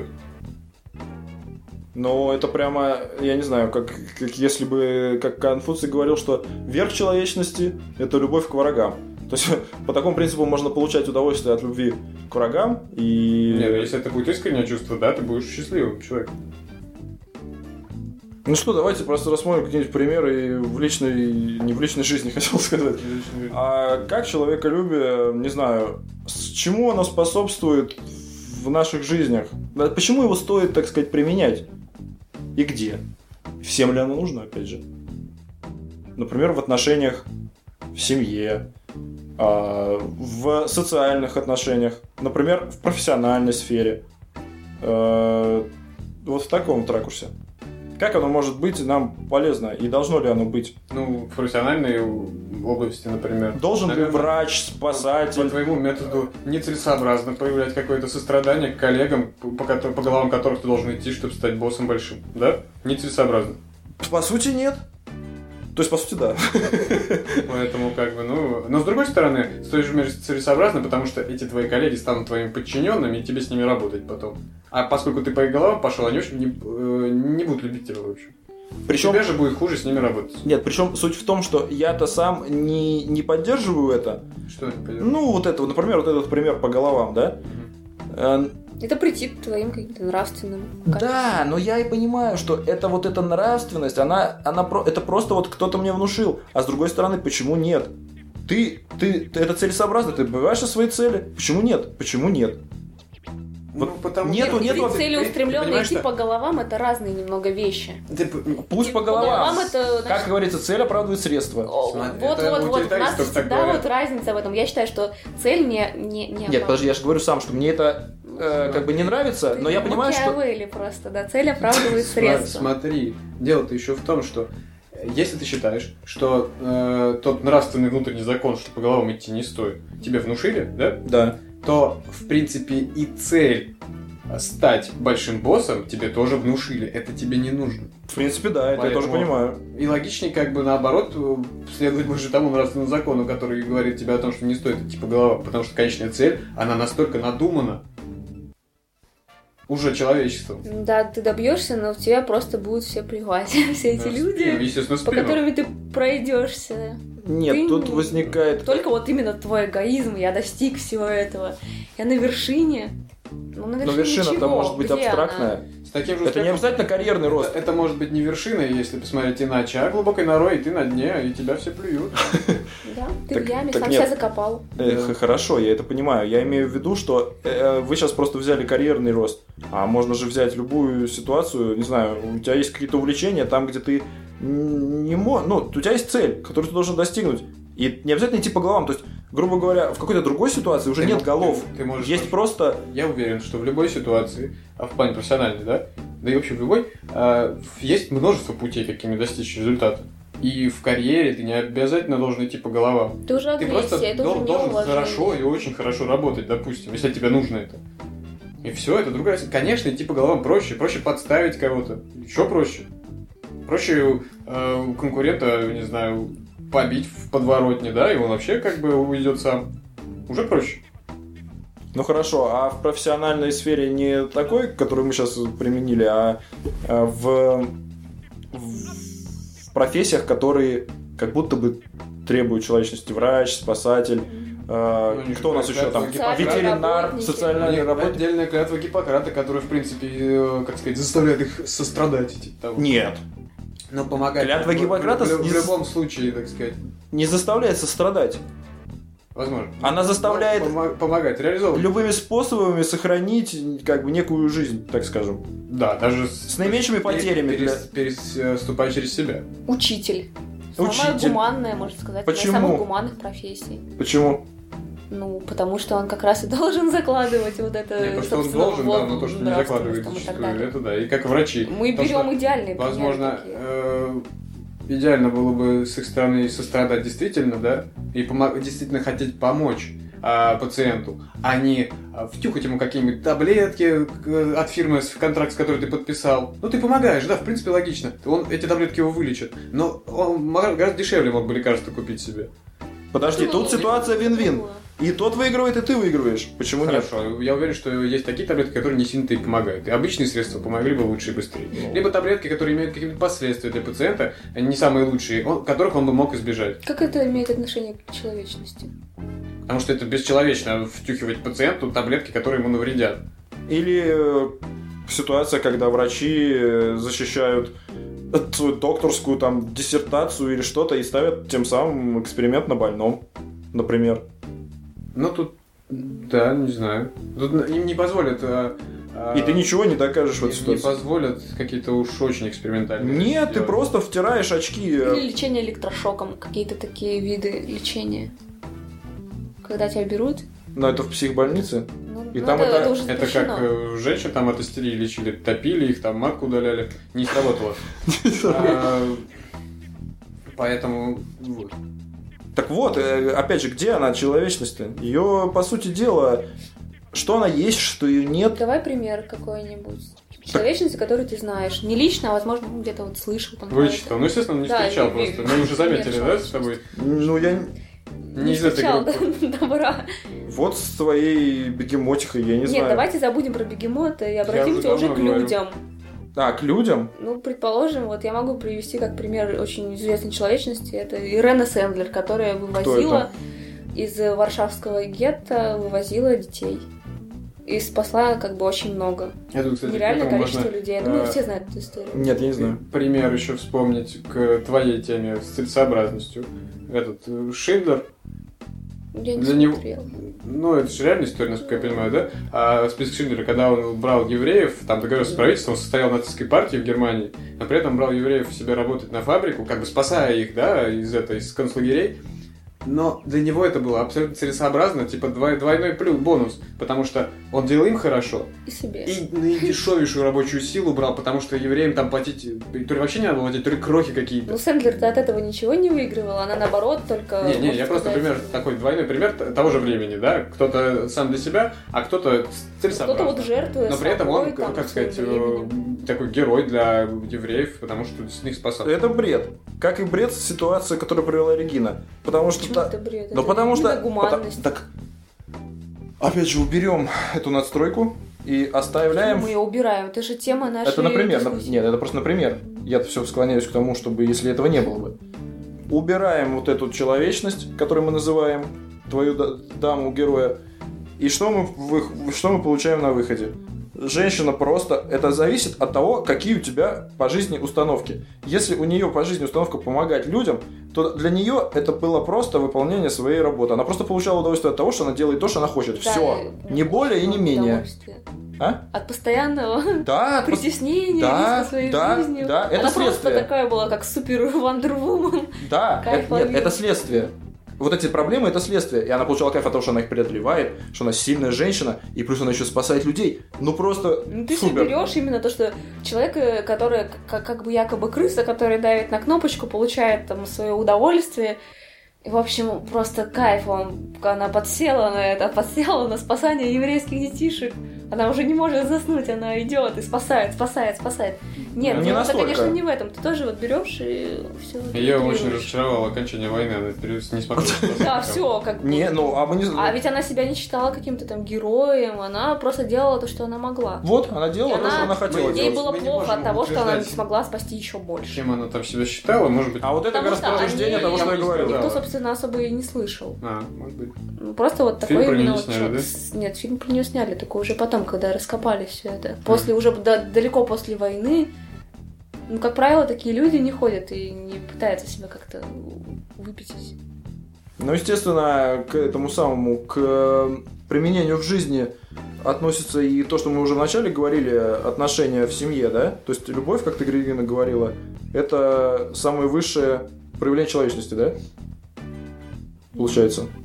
Ну, это прямо, я не знаю, как, как если бы, как Конфуций говорил, что верх человечности – это любовь к врагам. То есть, по такому принципу можно получать удовольствие от любви к врагам и... Нет, если это будет искреннее чувство, да, ты будешь счастливым человеком. Ну что, давайте просто рассмотрим какие-нибудь примеры в личной, не в личной жизни, хотел сказать. А как человеколюбие, не знаю, с чему оно способствует в наших жизнях? Почему его стоит, так сказать, применять? И где? Всем ли оно нужно, опять же? Например, в отношениях в семье, в социальных отношениях, например, в профессиональной сфере. Вот в таком вот ракурсе. Как оно может быть нам полезно и должно ли оно быть? Ну, в профессиональной области, например. Должен Наверное, ли врач, спасатель? По твоему методу нецелесообразно проявлять какое-то сострадание к коллегам, по, ко- по головам которых ты должен идти, чтобы стать боссом большим, да? Нецелесообразно. По сути, нет. То есть, по сути, да. Поэтому, как бы, ну... Но, с другой стороны, с той же мере целесообразно, потому что эти твои коллеги станут твоими подчиненными, и тебе с ними работать потом. А поскольку ты по их головам пошел, они очень не, э, не будут любить тебя, в общем. Причем... Тебе же будет хуже с ними работать. Нет, причем суть в том, что я-то сам не, не поддерживаю это. Что не поддерживаю? Ну, вот это, например, вот этот пример по головам, да? Угу. Это прийти к твоим каким-то нравственным качествам. Да, но я и понимаю, что это вот эта нравственность, она, она про, это просто вот кто-то мне внушил. А с другой стороны, почему нет? Ты, ты, ты это целесообразно, ты добиваешься своей цели. Почему нет? Почему нет? Вот ну, потому нету, Нет, нету, целеустремленные идти что... по головам — это разные немного вещи. Ты... Пусть по По головам. головам это, значит, Как говорится, цель оправдывает средства. О, Смотри, вот, это вот, вот, у нас утилитаристов так всегда говорят. вот разница в этом. Я считаю, что цель не... не, не Нет, подожди, я же говорю сам, что мне это э, как бы не нравится, но я понимаю, что... Макиавелли просто, да, цель оправдывает средства. Смотри, дело-то еще в том, что если ты считаешь, что э, тот нравственный внутренний закон, что по головам идти не стоит, тебе внушили, да? Да. То, в принципе, и цель стать большим боссом тебе тоже внушили. Это тебе не нужно. В принципе, да, это Поэтому... я тоже понимаю. И логичнее, как бы, наоборот, следовать больше тому нравственному закону, который говорит тебе о том, что не стоит идти по головам. Потому что конечная цель, она настолько надумана уже человечеством. Да, ты добьешься, но в тебя просто будут все плевать. Все эти Да, люди, спину, естественно, по спину. которым ты пройдешься. Нет, Ты тут не- возникает... Только вот именно твой эгоизм, я достиг всего этого. Я на вершине. Ну, на вершине Но вершина-то чего? может быть Где абстрактная. она? С таким же Это не успехом- обязательно карьерный рост. Это, это может быть не вершина, если посмотреть иначе, а глубокой норой, и ты на дне, и тебя все плюют. Да, ты Так- в яме, так сам нет. себя закопал. Э, хорошо, я это понимаю. Я имею в виду, что э, вы сейчас просто взяли карьерный рост, а можно же взять любую ситуацию, не знаю, у тебя есть какие-то увлечения, там, где ты не можешь, ну, у тебя есть цель, которую ты должен достигнуть. И не обязательно идти по головам. То есть, грубо говоря, в какой-то другой ситуации уже Ты нет мо- голов. ты- ты можешь есть пож- просто... Я уверен, что в любой ситуации, а в плане профессиональной, да, да и вообще в любой, а, есть множество путей, какими достичь результата. И в карьере ты не обязательно должен идти по головам. Ты уже Ты просто агрессия, это дол- уже должен неуважение. хорошо и очень хорошо работать, допустим, если тебе нужно это. И все, это другая... Конечно, идти по головам проще, проще подставить кого-то, еще проще. Проще э, у конкурента, не знаю, побить в подворотне, да, и он вообще как бы уйдет сам. Уже проще. Ну хорошо, а в профессиональной сфере не такой, который мы сейчас применили, а а в, в в профессиях, которые как будто бы требуют человечности. Врач, спасатель, э, Ну, кто у нас еще там? Социальные Ветеринар, работники. социальный Нет, работник. отдельная клятва Гиппократа, которая, в принципе, э, как сказать, заставляет их сострадать. Типа того. Нет, Но помогать. Клятва в- в- Гиппократа В, в не- любом случае, так сказать, не заставляет сострадать. возможно. Она заставляет Помо- помогать, реализовывать. любыми способами сохранить как бы некую жизнь, так скажем. Да, даже С наименьшими потерями для- Перес, переступать через себя. Учитель. Самая Учитель. гуманная, можно сказать, одна из Почему? самых гуманных профессий. Почему? Ну, потому что он как раз и должен закладывать вот это... Нет, то, что он должен, да, но то, что не закладывает зачастую, это да. И как врачи. Мы то, берем идеальные примеры. Возможно, э, идеально было бы с их стороны сострадать действительно, да, и помог, действительно хотеть помочь э, пациенту, а не втюхать ему какие-нибудь таблетки от фирмы, контракт с которой ты подписал. Ну, ты помогаешь, да, в принципе, логично. Он, эти таблетки его вылечат. Но он гораздо дешевле мог бы лекарства купить себе. Подожди, Ну, тут ситуация вин-вин. И тот выигрывает, и ты выигрываешь. Почему нет? Хорошо, я уверен, что есть такие таблетки, которые не сильно-то и помогают. И обычные средства помогли бы лучше и быстрее. Ну. Либо таблетки, которые имеют какие-то последствия для пациента, не самые лучшие, он, которых он бы мог избежать. Как это имеет отношение к человечности? Потому что это бесчеловечно втюхивать пациенту таблетки, которые ему навредят. Или э, ситуация, когда врачи защищают свою докторскую там диссертацию или что-то и ставят тем самым эксперимент на больном, например. Ну, тут, да, не знаю. Тут им не позволят... А, и ты ничего не докажешь в этой не, ситуации. Не позволят какие-то уж очень экспериментальные. Нет, ты просто втираешь очки. Или лечение электрошоком, какие-то такие виды лечения. Когда тебя берут... Но это в психбольнице? Ну, и ну там это, это, это, уже это как э, женщин там от истерии лечили, топили их, там матку удаляли. Не сработало. Поэтому... Так вот, опять же, где она, человечность-то? Ее, по сути дела, что она есть, что ее нет. Давай пример какой-нибудь. Человечности, которую ты знаешь. Не лично, а, возможно, где-то вот слышал. Там вычитал. Ну, естественно, не да, встречал и, просто. Мы уже заметили, да, с тобой? Ну, я... Не, не из этой группы. Добра. Вот с твоей бегемотихой, я не Нет, знаю. Нет, давайте забудем про бегемота и обратимся уже, уже к людям. А, к людям? Ну, предположим, вот я могу привести как пример очень известной человечности. Это Ирена Сэндлер, которая вывозила из варшавского гетто, вывозила детей. И спасла как бы очень много. Это, кстати, нереальное количество можно, людей. Я думаю, а... все знают эту историю. Нет, я не знаю. Пример еще вспомнить к твоей теме с целесообразностью. Этот Шиндлер. Я не Для смотрела. Него... Ну, это же реальная история, насколько я понимаю, да? А список Шиндлера, когда он брал евреев, там договорился с правительством, он состоял в нацистской партии в Германии, но при этом брал евреев себе работать на фабрику, как бы спасая их, да, из этой, из концлагерей. Но для него это было абсолютно целесообразно, типа двойной плюс, бонус, потому что он делал им хорошо. И себе. И наидешевейшую рабочую силу брал, потому что евреям там платить, то ли вообще не надо было платить, то ли крохи какие-то. Ну, Сэндлер-то от этого ничего не выигрывала, она наоборот только... Не, не, я просто пример, такой двойной пример того же времени, да, кто-то сам для себя, а кто-то целесообразно. Кто-то вот жертвует но при этом собой, он, там, как сказать, временем. Такой герой для евреев, потому что с них спасал. Это бред. Как и бред ситуация, которую провела Регина. Потому что... Почему та... это бред? Но это потому что... гуманность. Так, опять же, уберем эту надстройку и оставляем... Мы ее убираем, это же тема нашей... Это, например, дискуссии. Нет, это просто например. Я-то все склоняюсь к тому, чтобы, если этого не было бы. Убираем вот эту человечность, которую мы называем, твою даму-героя, и что мы, вы... что мы получаем на выходе? Женщина просто... Это зависит от того, какие у тебя по жизни установки. Если у нее по жизни установка помогать людям, то для нее это было просто выполнение своей работы. Она просто получала удовольствие от того, что она делает то, что она хочет. Да, Все. Не более и не менее. А? От постоянного да, притеснения, да, риска своей да, жизнью. Да, это она следствие. просто такая была, как супер Вандервумен. Да, это, нет, это следствие. Вот эти проблемы — это следствие. И она получала кайф от того, что она их преодолевает, что она сильная женщина, и плюс она еще спасает людей. Ну просто ну, ты супер. Ты берешь именно то, что человек, который как, как бы якобы крыса, который давит на кнопочку, получает там свое удовольствие. И, в общем, просто кайф он. Она подсела на это, подсела на спасание еврейских детишек. Она уже не может заснуть, она идет и спасает, спасает, спасает. Нет, ну, ну, не это, настолько. конечно, не в этом. Ты тоже вот берешь и все. Ее очень разочаровало окончание войны, она не смогла. Да, все, как бы. Не, ну, а мы не А ведь она себя не считала каким-то там героем, она просто делала то, что она могла. Вот, она делала И то, что она хотела Ей делать. было Мы не плохо можем от того, что она не утверждать, смогла спасти еще больше. Чем она там себя считала, может быть. А вот это как раз Потому что подтверждение они- того, что я Я говорил. не Никто, Да. собственно, особо и не слышал. А, может быть. Ну, просто вот Фильм такой про именно неё вот сняли, человек. да? С- Нет, фильм про нее сняли, только уже потом, когда раскопали все это. После, уже да- далеко после войны. Ну, как правило, такие люди не ходят и не пытаются себя как-то выпятить. Ну, естественно, к этому самому, к применению в жизни относится и то, что мы уже вначале говорили, отношения в семье, да? То есть любовь, как ты, Григорьевна, говорила, это самое высшее проявление человечности, да? Получается.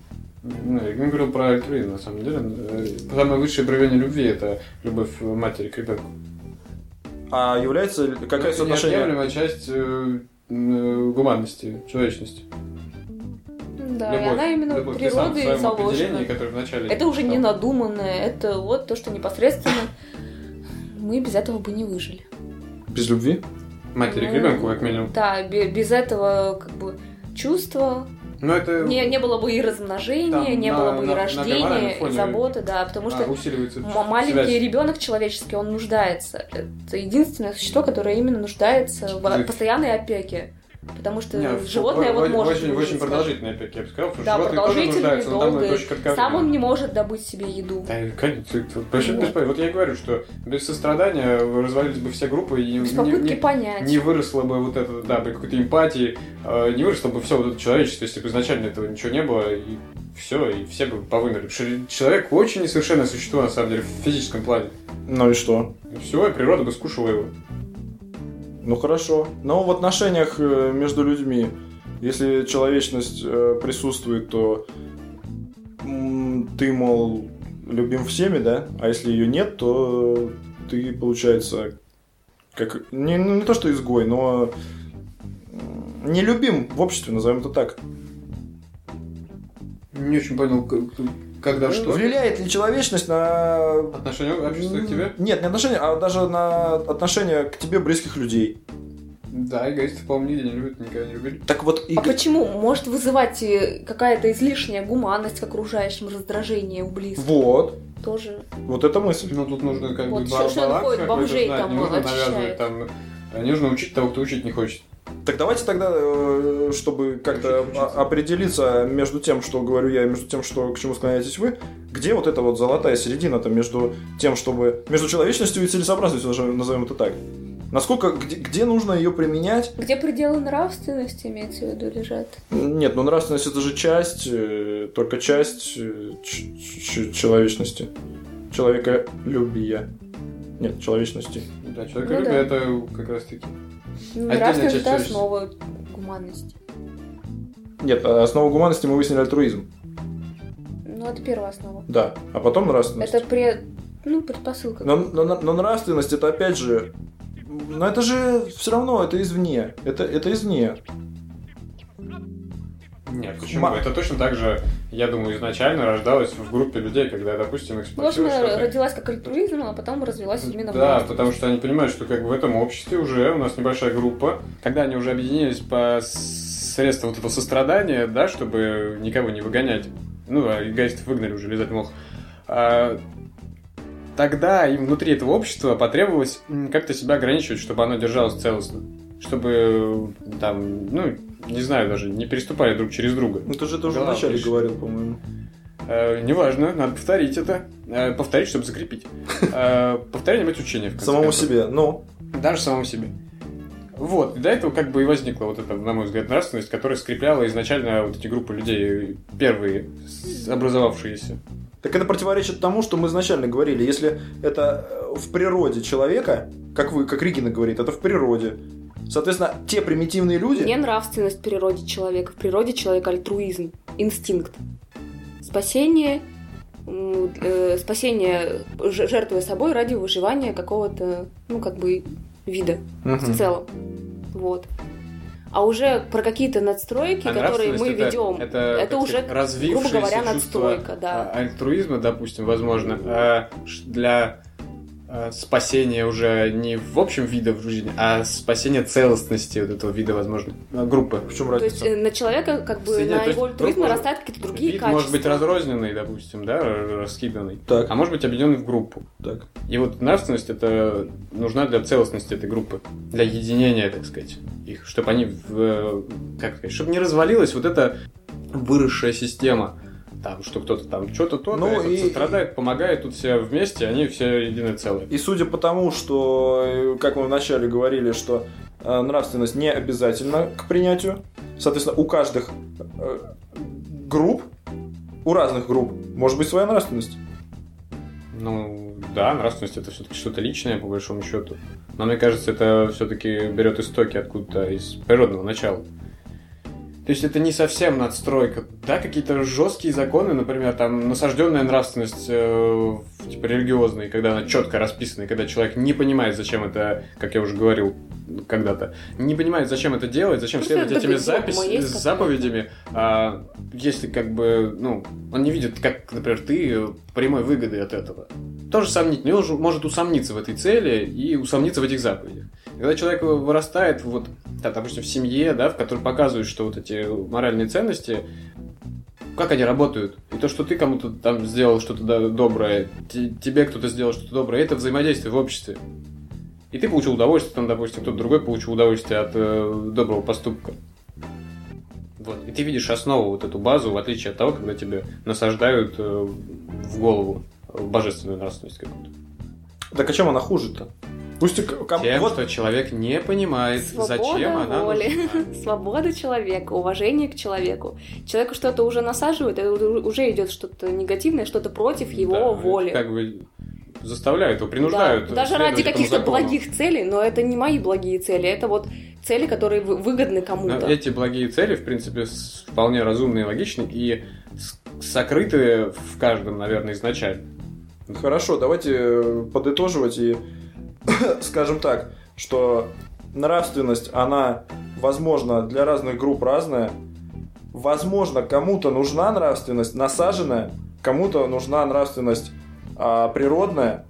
Ну, я не говорил про альтруизм, на самом деле. Самое высшее проявление любви – это любовь матери к ребенку. А является какая соотношение? Это неотъемлемая часть э, э, гуманности, человечности. Да, любовь, и она именно любовь. Ты сам в природой своем определении, заложена. которое вначале... Это уже не надуманное, это вот то, что непосредственно мы без этого бы не выжили. Без любви? Матери Ну, к ребенку, как минимум. Да, бе- без этого как бы чувства Но это не, не было бы и размножения, Там не на- было бы и на- на рождения, гормональном и фоне, заботы, да, потому что а, усиливается м- маленький связь. ребенок человеческий, он нуждается. Это единственное существо, которое именно нуждается в Ты- постоянной опеке. Потому что Не, животное в- вот в- может Очень, в выжить, очень скажем. продолжительной опеке, я бы сказал, потому что Да, животные тоже продолжительный, нуждаются, но там долгий. это очень кратковременно. Сам он не может добыть себе еду. Да, конечно, ты- ты- вообще Вот. без понятия. Вот я и говорю, что без сострадания развалились бы все группы, и Без не, попытки не- понять. не выросло бы вот это, да, при какой-то эмпатии, э, не выросло бы все вот это человечество, если бы изначально этого ничего не было, и все, и все бы повымерли. Потому что человек очень несовершенное существо, на самом деле, в физическом плане. Ну и что? И все, и природа бы скушала его. Ну хорошо. Но в отношениях э, между людьми, если человечность э, присутствует, то м, ты, мол, любим всеми, да? А если ее нет, то ты, получается, как не, ну, не то что изгой, но м, не любим в обществе, назовем это так. Не очень понял, к- когда что. Влияет ли человечность на... Отношение общества к тебе? Нет, не отношение, а даже на отношение к тебе близких людей. Да, эгоисты, по-моему, нигде не любят, никогда не любили. Так вот... и- А почему? Может вызывать э, какая-то излишняя гуманность к окружающим, раздражение у близких? Вот. Тоже. Вот эта мысль. Ну, тут нужно как Вот бы что- ба- что баланс такое какой-то бомжей знать, там не нужно очищает? навязывать там... Не нужно учить того, кто учить не хочет. Так давайте тогда, э, чтобы как-то Учиться, учиться. о- определиться между тем, что говорю я, и между тем, что к чему склоняетесь вы, где вот эта вот золотая середина-то между тем, чтобы... Между человечностью и целесообразностью, назовем- назовем это так. Насколько, где, где нужно ее применять? Где пределы нравственности, имеется в виду, лежат? Нет, ну нравственность это же часть, э, только часть э, ч- ч- человечности. Человеколюбия. Нет, человечности. Да, человеколюбие да. это как раз таки... Ну, Отдельная нравственность часть это человечества. основа гуманности. Нет, а основу гуманности мы выяснили альтруизм. Ну, это первая основа. Да, а потом нравственность. Это пред... ну, предпосылка. Но, но- но нравственность это опять же, но это же все равно это извне, это это извне. Нет, почему? Ма- Это точно так же, я думаю, изначально рождалось в группе людей, когда, допустим, их спросили Возможно, что-то. родилась как альтруизм, а потом развилась именно в Да, нравственность. потому что они понимают, что как бы в этом обществе уже у нас небольшая группа. Когда они уже объединились по средствам вот этого сострадания, да, чтобы никого не выгонять. Ну, а эгоистов выгнали уже, лизать мох. А, тогда им внутри этого общества потребовалось м, как-то себя ограничивать, чтобы оно держалось целостно. Чтобы там, ну, не знаю даже, не переступали друг через друга. Ну ты же это уже Да, вначале отлично. говорил, по-моему. Э, неважно, надо повторить это. Э, повторить, чтобы закрепить. Э, повторение быть учение. в конце Самому концов. себе, ну. Даже самому себе. Вот, и до этого как бы и возникла вот эта, на мой взгляд, нравственность, которая скрепляла изначально вот эти группы людей, первые с- образовавшиеся. Так это противоречит тому, что мы изначально говорили. Если это э, в природе человека, как вы, как Ригина говорит, это в природе. Соответственно, те примитивные люди... Не нравственность в природе человека. В природе человека альтруизм, инстинкт. Спасение, м, э, спасение, ж- жертвуя собой ради выживания какого-то, ну, как бы, вида Мгм. в целом. Вот. А уже про какие-то надстройки, А которые мы нравственность это- ведем, это, это как уже, сказать, развившееся грубо говоря, чувство, надстройка, да. а, альтруизма, допустим, возможно, а, ш- для а, спасения уже не в общем вида в жизни, а спасения целостности вот этого вида, возможно, а, группы. В чем То есть разница? э, на человека, как бы, Соединяет, на то есть его альтруизм группа- нарастают какие-то другие Вид качества. может быть разрозненный, допустим, да, р- раскиданный, Так, а может быть объединенный в группу. так. И вот нравственность это нужна для целостности этой группы, для единения, так сказать, их, чтобы они, в, как сказать, чтобы не развалилась вот эта выросшая система, там, что кто-то там что-то то, Ну этот и- сострадает, помогает, тут все вместе, они все единое целое. И судя по тому, что, э, как мы вначале говорили, что э, нравственность не обязательна к принятию, соответственно, у каждых э, групп, у разных групп может быть своя нравственность. Ну, да, нравственность это все-таки что-то личное, по большому счету. Но мне кажется, это все-таки берет истоки откуда-то из природного начала. То есть это не совсем надстройка. Да, какие-то жесткие законы, например, там насажденная нравственность э, типа религиозная, когда она четко расписана, и когда человек не понимает, зачем это, как я уже говорил когда-то, не понимает, зачем это делать, зачем Ну, следовать это этими догма запись, есть какая-то. заповедями, а, если как бы, ну, он не видит, как, например, ты прямой выгоды от этого. Тоже сомнительно. Он может усомниться в этой цели и усомниться в этих заповедях. Когда человек вырастает, вот, да, допустим, в семье, да, в которой показывают, что вот эти моральные ценности, как они работают, и то, что ты кому-то там сделал что-то да- доброе, те- тебе кто-то сделал что-то доброе, это взаимодействие в обществе. И ты получил удовольствие, там, допустим, кто-то другой получил удовольствие от э, доброго поступка. Вот. И ты видишь основу, вот эту базу, в отличие от того, когда тебе насаждают э, в голову божественную нравственность какую-то. Так а чем она хуже-то? Пусть и к- ком- Тем, вот что человек не понимает, Свобода зачем она воли, нужна. свобода человека, уважение к человеку. Человеку что-то уже насаживают, это уже идет что-то негативное, что-то против его Да, воли. это как бы заставляют его, принуждают. Да, даже следовать ради этому каких-то закону. благих целей, но это не мои благие цели, это вот цели, которые вы- выгодны Но кому-то. эти благие цели, в принципе, с- вполне разумные и логичны, и с- сокрыты в каждом, наверное, изначально. хорошо, давайте э, подытоживать и скажем так, что нравственность, она, возможно, для разных групп разная. Возможно, кому-то нужна нравственность насаженная, кому-то нужна нравственность а, природная.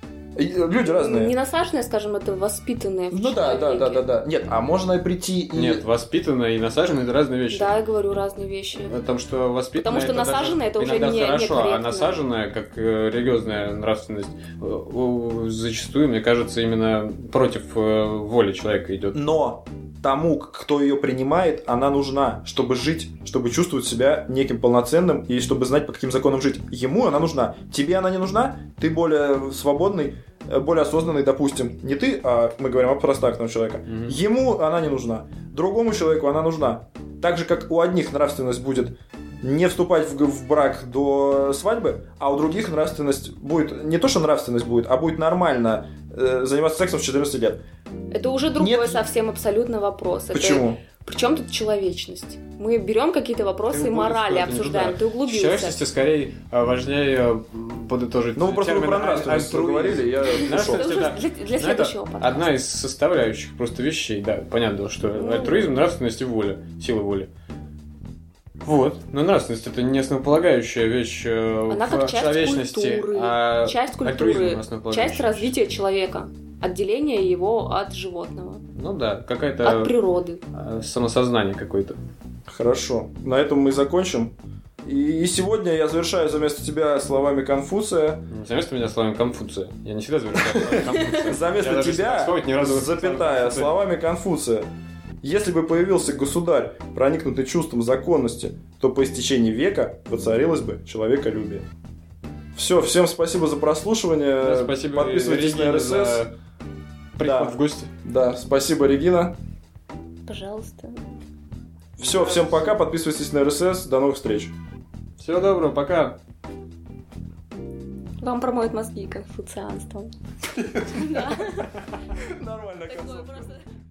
И люди разные. Не насаженное, скажем, это воспитанное в Ну да, да, человеке. да, да, да. Нет, а можно и прийти и... Нет, воспитанное и насаженное – это разные вещи. Да, я говорю разные вещи. Потому что воспитанное Потому что это насаженное даже это уже иногда не- хорошо, а некорректно. насаженное, как э, религиозная нравственность, э, о, зачастую, мне кажется, именно против э, воли человека идет. Но тому, кто ее принимает, она нужна, чтобы жить, чтобы чувствовать себя неким полноценным и чтобы знать, по каким законам жить. Ему она нужна. Тебе она не нужна, ты более свободный, э, более осознанный, допустим. Не ты, а мы говорим о простактном человеке. Мгм. Ему она не нужна. Другому человеку она нужна. Так же, как у одних нравственность будет не вступать в, г- в брак до свадьбы, а у других нравственность будет... Не то, что нравственность будет, а будет нормально э, заниматься сексом в четырнадцать лет. Это уже другой Нет. совсем абсолютно вопрос. Почему? Причем тут человечность? Мы берем какие-то вопросы Ты морали, углубился, обсуждаем. да. Ты В углубился. человечности скорее э, важнее э, подытожить Ну, вы просто термин про нравственность альтруизм. говорили, я Нравственность ушел. Это уже это- для, для Ну, это следующего подкаста. одна из составляющих просто вещей, да, понятно, что Ну. альтруизм, нравственность и воля, сила воли. Вот. Но нравственность это не основополагающая вещь э, Она в как часть человечности, культуры, а часть альтруизм культуры, основополагающая часть вещь. развития человека, отделение его от животного, Ну да, от какая-то природы. э, самосознание какое-то. Хорошо. На этом мы закончим. И, и сегодня я завершаю за вместо тебя словами Конфуция. Заместо меня словами Конфуция. Я не всегда завершаю словами Конфуция. За Я вместо даже тебя, вспомнить ни разу запятая, Конфуция. словами Конфуция. Если бы появился государь, проникнутый чувством законности, то по истечении века воцарилось бы человеколюбие. Все, всем спасибо за прослушивание. Да, спасибо Подписывайтесь Регине на эр эс эс. за приход Да. в гости. Да, спасибо, Регина. Пожалуйста. Все, всем пока, подписывайтесь на эр эс эс. До новых встреч. Всего доброго, пока. Вам промоют мозги конфуцианством. Нормально, Такое просто...